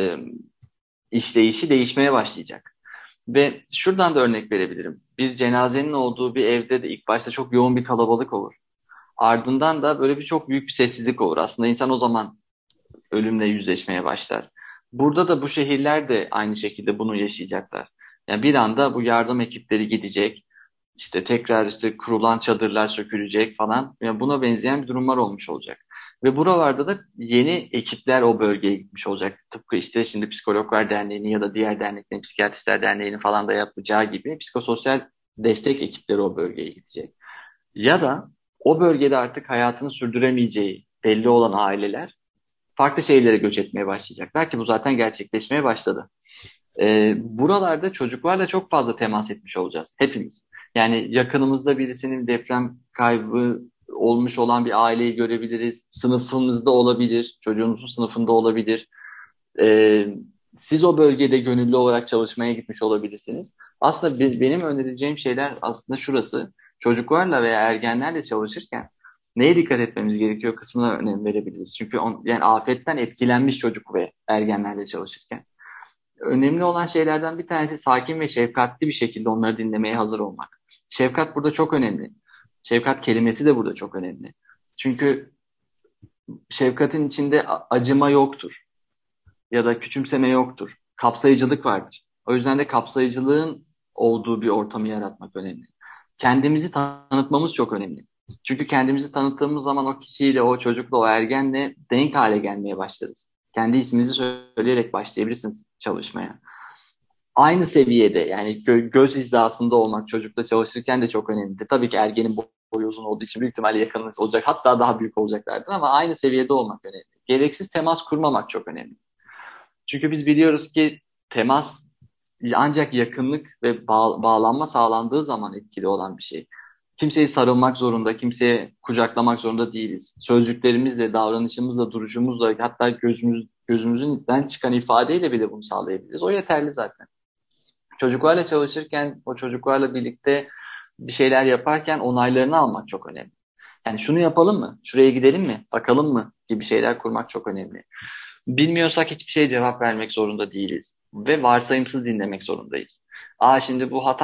işleyişi değişmeye başlayacak. Ve şuradan da örnek verebilirim. Bir cenazenin olduğu bir evde de ilk başta çok yoğun bir kalabalık olur. Ardından da böyle çok büyük bir sessizlik olur. Aslında insan o zaman ölümle yüzleşmeye başlar. Burada da bu şehirler de aynı şekilde bunu yaşayacaklar. Yani bir anda bu yardım ekipleri gidecek. İşte tekrar işte kurulan çadırlar sökülecek falan. Yani buna benzeyen bir durumlar olmuş olacak. Ve buralarda da yeni ekipler o bölgeye gitmiş olacak. Tıpkı işte şimdi Psikologlar Derneği'nin ya da diğer derneklerin, Psikiyatristler Derneği'nin falan da yapacağı gibi psikososyal destek ekipleri o bölgeye gidecek. Ya da o bölgede artık hayatını sürdüremeyeceği belli olan aileler farklı şehirlere göç etmeye başlayacaklar ki bu zaten gerçekleşmeye başladı. Buralarda çocuklarla çok fazla temas etmiş olacağız hepimiz. Yani yakınımızda birisinin deprem kaybı olmuş olan bir aileyi görebiliriz. Sınıfımızda olabilir, çocuğunuzun sınıfında olabilir. Siz o bölgede gönüllü olarak çalışmaya gitmiş olabilirsiniz. Aslında benim önereceğim şeyler aslında şurası. Çocuklarla veya ergenlerle çalışırken neye dikkat etmemiz gerekiyor kısmına önem verebiliriz. Çünkü yani afetten etkilenmiş çocuk ve ergenlerle çalışırken. Önemli olan şeylerden bir tanesi sakin ve şefkatli bir şekilde onları dinlemeye hazır olmak. Şefkat burada çok önemli. Şefkat kelimesi de burada çok önemli. Çünkü şefkatin içinde acıma yoktur ya da küçümseme yoktur. Kapsayıcılık vardır. O yüzden de kapsayıcılığın olduğu bir ortamı yaratmak önemli. Kendimizi tanıtmamız çok önemli. Çünkü kendimizi tanıttığımız zaman o kişiyle, o çocukla, o ergenle denk hale gelmeye başlarız. Kendi isminizi söyleyerek başlayabilirsiniz çalışmaya. Aynı seviyede yani göz hizasında olmak çocukla çalışırken de çok önemli. Tabii ki ergenin boyu uzun olduğu için büyük ihtimalle yakınınız olacak. Hatta daha büyük olacaklardır ama aynı seviyede olmak önemli. Gereksiz temas kurmamak çok önemli. Çünkü biz biliyoruz ki temas ancak yakınlık ve bağlanma sağlandığı zaman etkili olan bir şey. Kimseyi sarılmak zorunda, kimseye kucaklamak zorunda değiliz. Sözcüklerimizle, davranışımızla, duruşumuzla, hatta gözümüzden çıkan ifadeyle bile bunu sağlayabiliriz. O yeterli zaten. Çocuklarla çalışırken, o çocuklarla birlikte bir şeyler yaparken onaylarını almak çok önemli. Yani şunu yapalım mı? Şuraya gidelim mi? Bakalım mı? Gibi şeyler kurmak çok önemli. Bilmiyorsak hiçbir şeye cevap vermek zorunda değiliz. Ve varsayımsız dinlemek zorundayız. Şimdi bu Hatay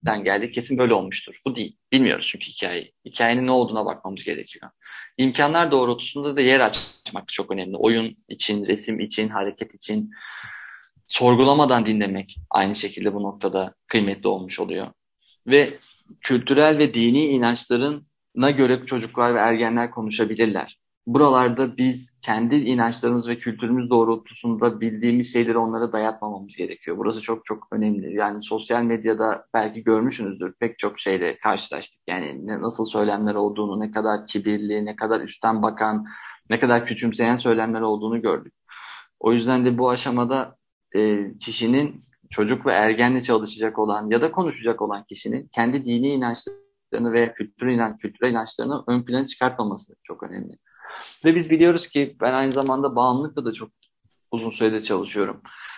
nereden geldi? Kesin böyle olmuştur. Bu değil. Bilmiyoruz çünkü hikayeyi. Hikayenin ne olduğuna bakmamız gerekiyor. İmkanlar doğrultusunda da yer açmak çok önemli. Oyun için, resim için, hareket için sorgulamadan dinlemek aynı şekilde bu noktada kıymetli olmuş oluyor. Ve kültürel ve dini inançlarına göre çocuklar ve ergenler konuşabilirler. Buralarda biz kendi inançlarımız ve kültürümüz doğrultusunda bildiğimiz şeyleri onlara dayatmamamız gerekiyor. Burası çok çok önemli. Yani sosyal medyada belki görmüşsünüzdür, pek çok şeyle karşılaştık. Yani nasıl söylemler olduğunu, ne kadar kibirli, ne kadar üstten bakan, ne kadar küçümseyen söylemler olduğunu gördük. O yüzden de bu aşamada kişinin, çocuk ve ergenle çalışacak olan ya da konuşacak olan kişinin kendi dini inançlarını veya kültürel inançlarını ön plana çıkartmaması çok önemli. Ve biz biliyoruz ki ben aynı zamanda bağımlılıkla da çok uzun süredir çalışıyorum.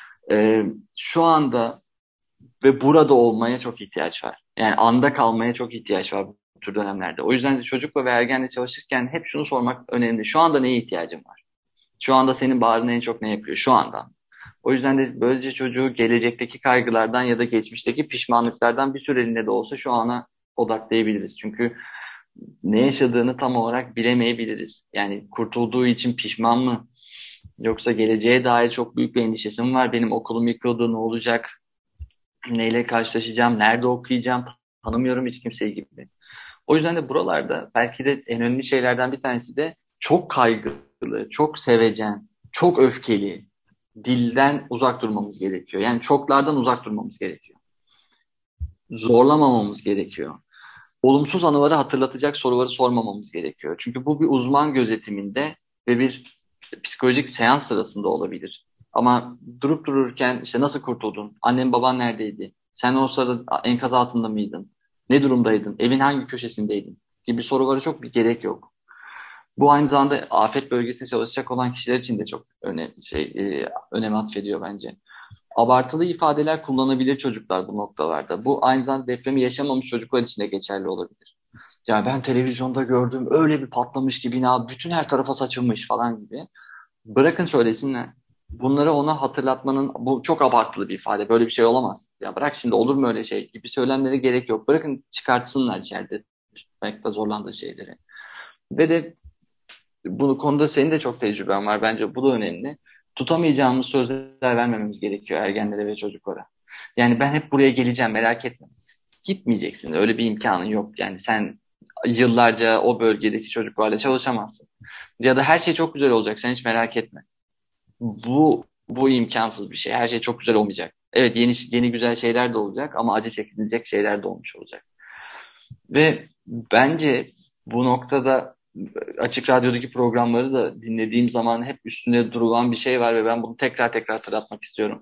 Şu anda ve burada olmaya çok ihtiyaç var. Yani anda kalmaya çok ihtiyaç var bu tür dönemlerde. O yüzden de çocukla ve ergenle çalışırken hep şunu sormak önemli. Şu anda neye ihtiyacın var? Şu anda senin bağrına en çok ne yapıyor? Şu anda. O yüzden de böylece çocuğu gelecekteki kaygılardan ya da geçmişteki pişmanlıklardan bir süreliğine de olsa şu ana odaklayabiliriz. Çünkü ne yaşadığını tam olarak bilemeyebiliriz. Yani kurtulduğu için pişman mı? Yoksa geleceğe dair çok büyük bir endişesi mi var? Benim okulum yıkıldı, ne olacak? Neyle karşılaşacağım? Nerede okuyacağım? Tanımıyorum hiç kimseyi gibi. O yüzden de buralarda belki de en önemli şeylerden bir tanesi de çok kaygılı, çok sevecen, çok öfkeli dilden uzak durmamız gerekiyor. Yani çoklardan uzak durmamız gerekiyor. Zorlamamamız gerekiyor. Olumsuz anıları hatırlatacak soruları sormamamız gerekiyor. Çünkü bu bir uzman gözetiminde ve bir psikolojik seans sırasında olabilir. Ama durup dururken işte nasıl kurtuldun? Annen baban neredeydi? Sen o sırada enkaz altında mıydın? Ne durumdaydın? Evin hangi köşesindeydin? Gibi sorulara çok bir gerek yok. Bu aynı zamanda afet bölgesinde çalışacak olan kişiler için de çok önem atfediyor bence. Abartılı ifadeler kullanabilir çocuklar bu noktalarda. Bu aynı zamanda depremi yaşamamış çocuklar için de geçerli olabilir. Yani ben televizyonda gördüm öyle bir patlamış ki bina bütün her tarafa saçılmış falan gibi. Bırakın söylesinler. Bunları ona hatırlatmanın bu çok abartılı bir ifade. Böyle bir şey olamaz. Ya bırak şimdi olur mu öyle şey gibi söylemlere gerek yok. Bırakın çıkartsınlar içeride belki de zorlandığı şeyleri. Ve de bu konuda senin de çok tecrüben var. Bence bu da önemli. Tutamayacağımız sözler vermememiz gerekiyor ergenlere ve çocuklara. Yani ben hep buraya geleceğim merak etme. Gitmeyeceksin. Öyle bir imkanın yok. Yani sen yıllarca o bölgedeki çocuklarla çalışamazsın. Ya da her şey çok güzel olacak. Sen hiç merak etme. Bu imkansız bir şey. Her şey çok güzel olmayacak. Evet yeni güzel şeyler de olacak ama acı çekilecek şeyler de olmuş olacak. Ve bence bu noktada Açık Radyo'daki programları da dinlediğim zaman hep üstünde durulan bir şey var ve ben bunu tekrar tekrar hatırlatmak istiyorum.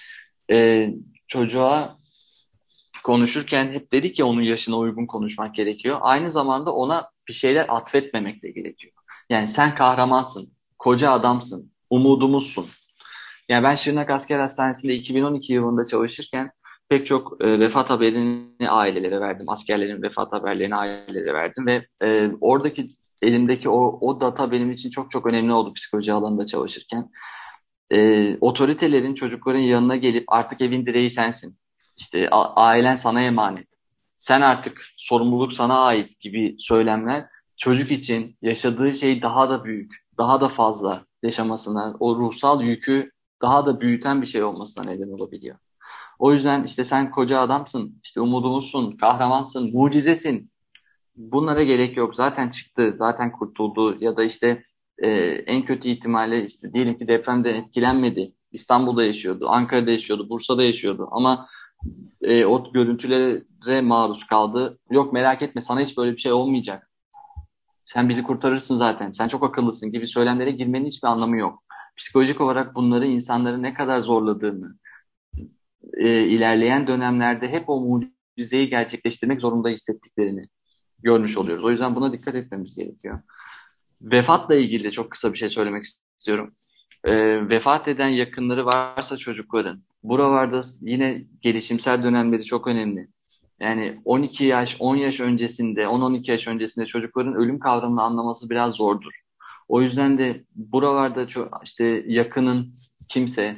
Çocuğa konuşurken hep dedik ya onun yaşına uygun konuşmak gerekiyor. Aynı zamanda ona bir şeyler atfetmemek de gerekiyor. Yani sen kahramansın, koca adamsın, umudumuzsun. Yani ben Şırnak Asker Hastanesi'nde 2012 yılında çalışırken pek çok vefat haberini ailelere verdim. Askerlerin vefat haberlerini ailelere verdim ve oradaki elimdeki o data benim için çok çok önemli oldu psikoloji alanında çalışırken. Otoritelerin çocukların yanına gelip artık evin direği sensin. İşte ailen sana emanet. Sen artık sorumluluk sana ait gibi söylemler çocuk için yaşadığı şey daha da büyük, daha da fazla yaşamasına, o ruhsal yükü daha da büyüten bir şey olmasına neden olabiliyor. O yüzden işte sen koca adamsın, işte umudumuzsun, kahramansın, mucizesin. Bunlara gerek yok. Zaten çıktı, zaten kurtuldu ya da işte en kötü ihtimalle işte diyelim ki depremden etkilenmedi. İstanbul'da yaşıyordu, Ankara'da yaşıyordu, Bursa'da yaşıyordu ama o görüntülere maruz kaldı. Yok merak etme sana hiç böyle bir şey olmayacak. Sen bizi kurtarırsın zaten. Sen çok akıllısın gibi söylemlere girmenin hiçbir anlamı yok. Psikolojik olarak bunları insanları ne kadar zorladığını, ilerleyen dönemlerde hep o mucizeyi gerçekleştirmek zorunda hissettiklerini görmüş oluyoruz. O yüzden buna dikkat etmemiz gerekiyor. Vefatla ilgili de çok kısa bir şey söylemek istiyorum. Vefat eden yakınları varsa çocukların, buralarda yine gelişimsel dönemleri çok önemli. Yani 12 yaş, 10 yaş öncesinde, 10-12 yaş öncesinde çocukların ölüm kavramını anlaması biraz zordur. O yüzden de buralarda işte yakının kimse,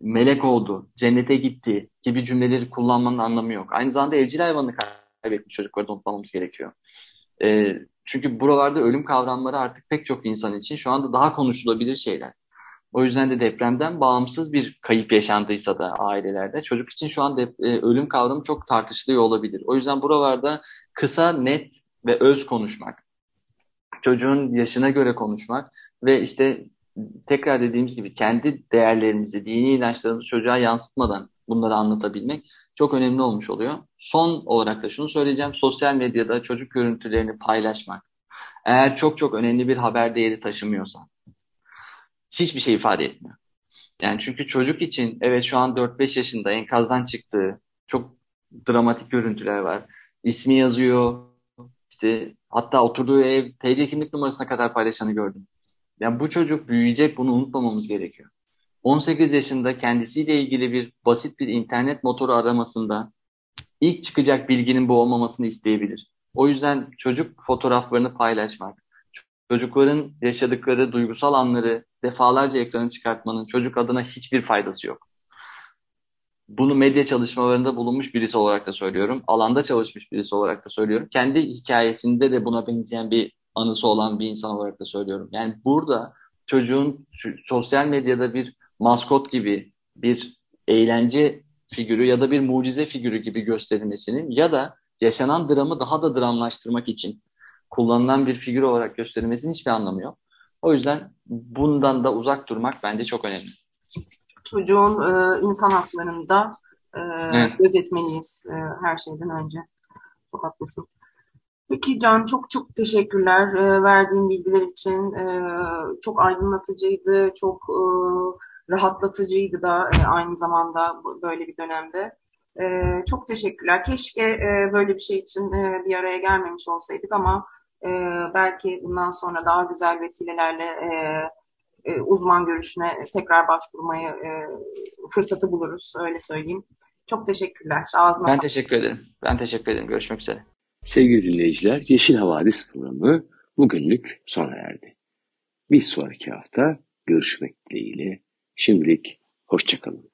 melek oldu, cennete gitti gibi cümleleri kullanmanın anlamı yok. Aynı zamanda evcil hayvanını kaybetmiş çocukları da unutmamamız gerekiyor. Çünkü buralarda ölüm kavramları artık pek çok insan için şu anda daha konuşulabilir şeyler. O yüzden de depremden bağımsız bir kayıp yaşandıysa da ailelerde çocuk için şu an ölüm kavramı çok tartışılıyor olabilir. O yüzden buralarda kısa, net ve öz konuşmak, çocuğun yaşına göre konuşmak ve işte tekrar dediğimiz gibi kendi değerlerimizi, dini inançlarımızı çocuğa yansıtmadan bunları anlatabilmek çok önemli olmuş oluyor. Son olarak da şunu söyleyeceğim. Sosyal medyada çocuk görüntülerini paylaşmak, eğer çok çok önemli bir haber değeri taşımıyorsa hiçbir şey ifade etmiyor. Yani çünkü çocuk için evet şu an 4-5 yaşında enkazdan çıktığı çok dramatik görüntüler var. İsmi yazıyor. İşte hatta oturduğu ev TC kimlik numarasına kadar paylaşanı gördüm. Yani bu çocuk büyüyecek, bunu unutmamamız gerekiyor. 18 yaşında kendisiyle ilgili basit bir internet motoru aramasında ilk çıkacak bilginin bu olmamasını isteyebilir. O yüzden çocuk fotoğraflarını paylaşmak, çocukların yaşadıkları duygusal anları defalarca ekrana çıkartmanın çocuk adına hiçbir faydası yok. Bunu medya çalışmalarında bulunmuş birisi olarak da söylüyorum. Alanda çalışmış birisi olarak da söylüyorum. Kendi hikayesinde de buna benzeyen bir anısı olan bir insan olarak da söylüyorum. Yani burada çocuğun sosyal medyada bir maskot gibi, bir eğlence figürü ya da bir mucize figürü gibi gösterilmesinin ya da yaşanan dramı daha da dramlaştırmak için kullanılan bir figür olarak gösterilmesinin hiçbir anlamı yok. O yüzden bundan da uzak durmak bence çok önemli. Çocuğun insan haklarını da Evet. gözetmeliyiz her şeyden önce. Çok haklısın. Peki Can, çok çok teşekkürler verdiğin bilgiler için. Çok aydınlatıcıydı, çok rahatlatıcıydı da aynı zamanda böyle bir dönemde. Çok teşekkürler. Keşke böyle bir şey için bir araya gelmemiş olsaydık ama belki bundan sonra daha güzel vesilelerle uzman görüşüne tekrar başvurmayı fırsatı buluruz, öyle söyleyeyim. Çok teşekkürler. Ağzına Ben sağlık. teşekkür ederim. Ben teşekkür ederim. Görüşmek üzere. Sevgili dinleyiciler, Yeşil Havadis programı bugünlük sona erdi. Bir sonraki hafta görüşmek dileğiyle. Şimdilik hoşça kalın.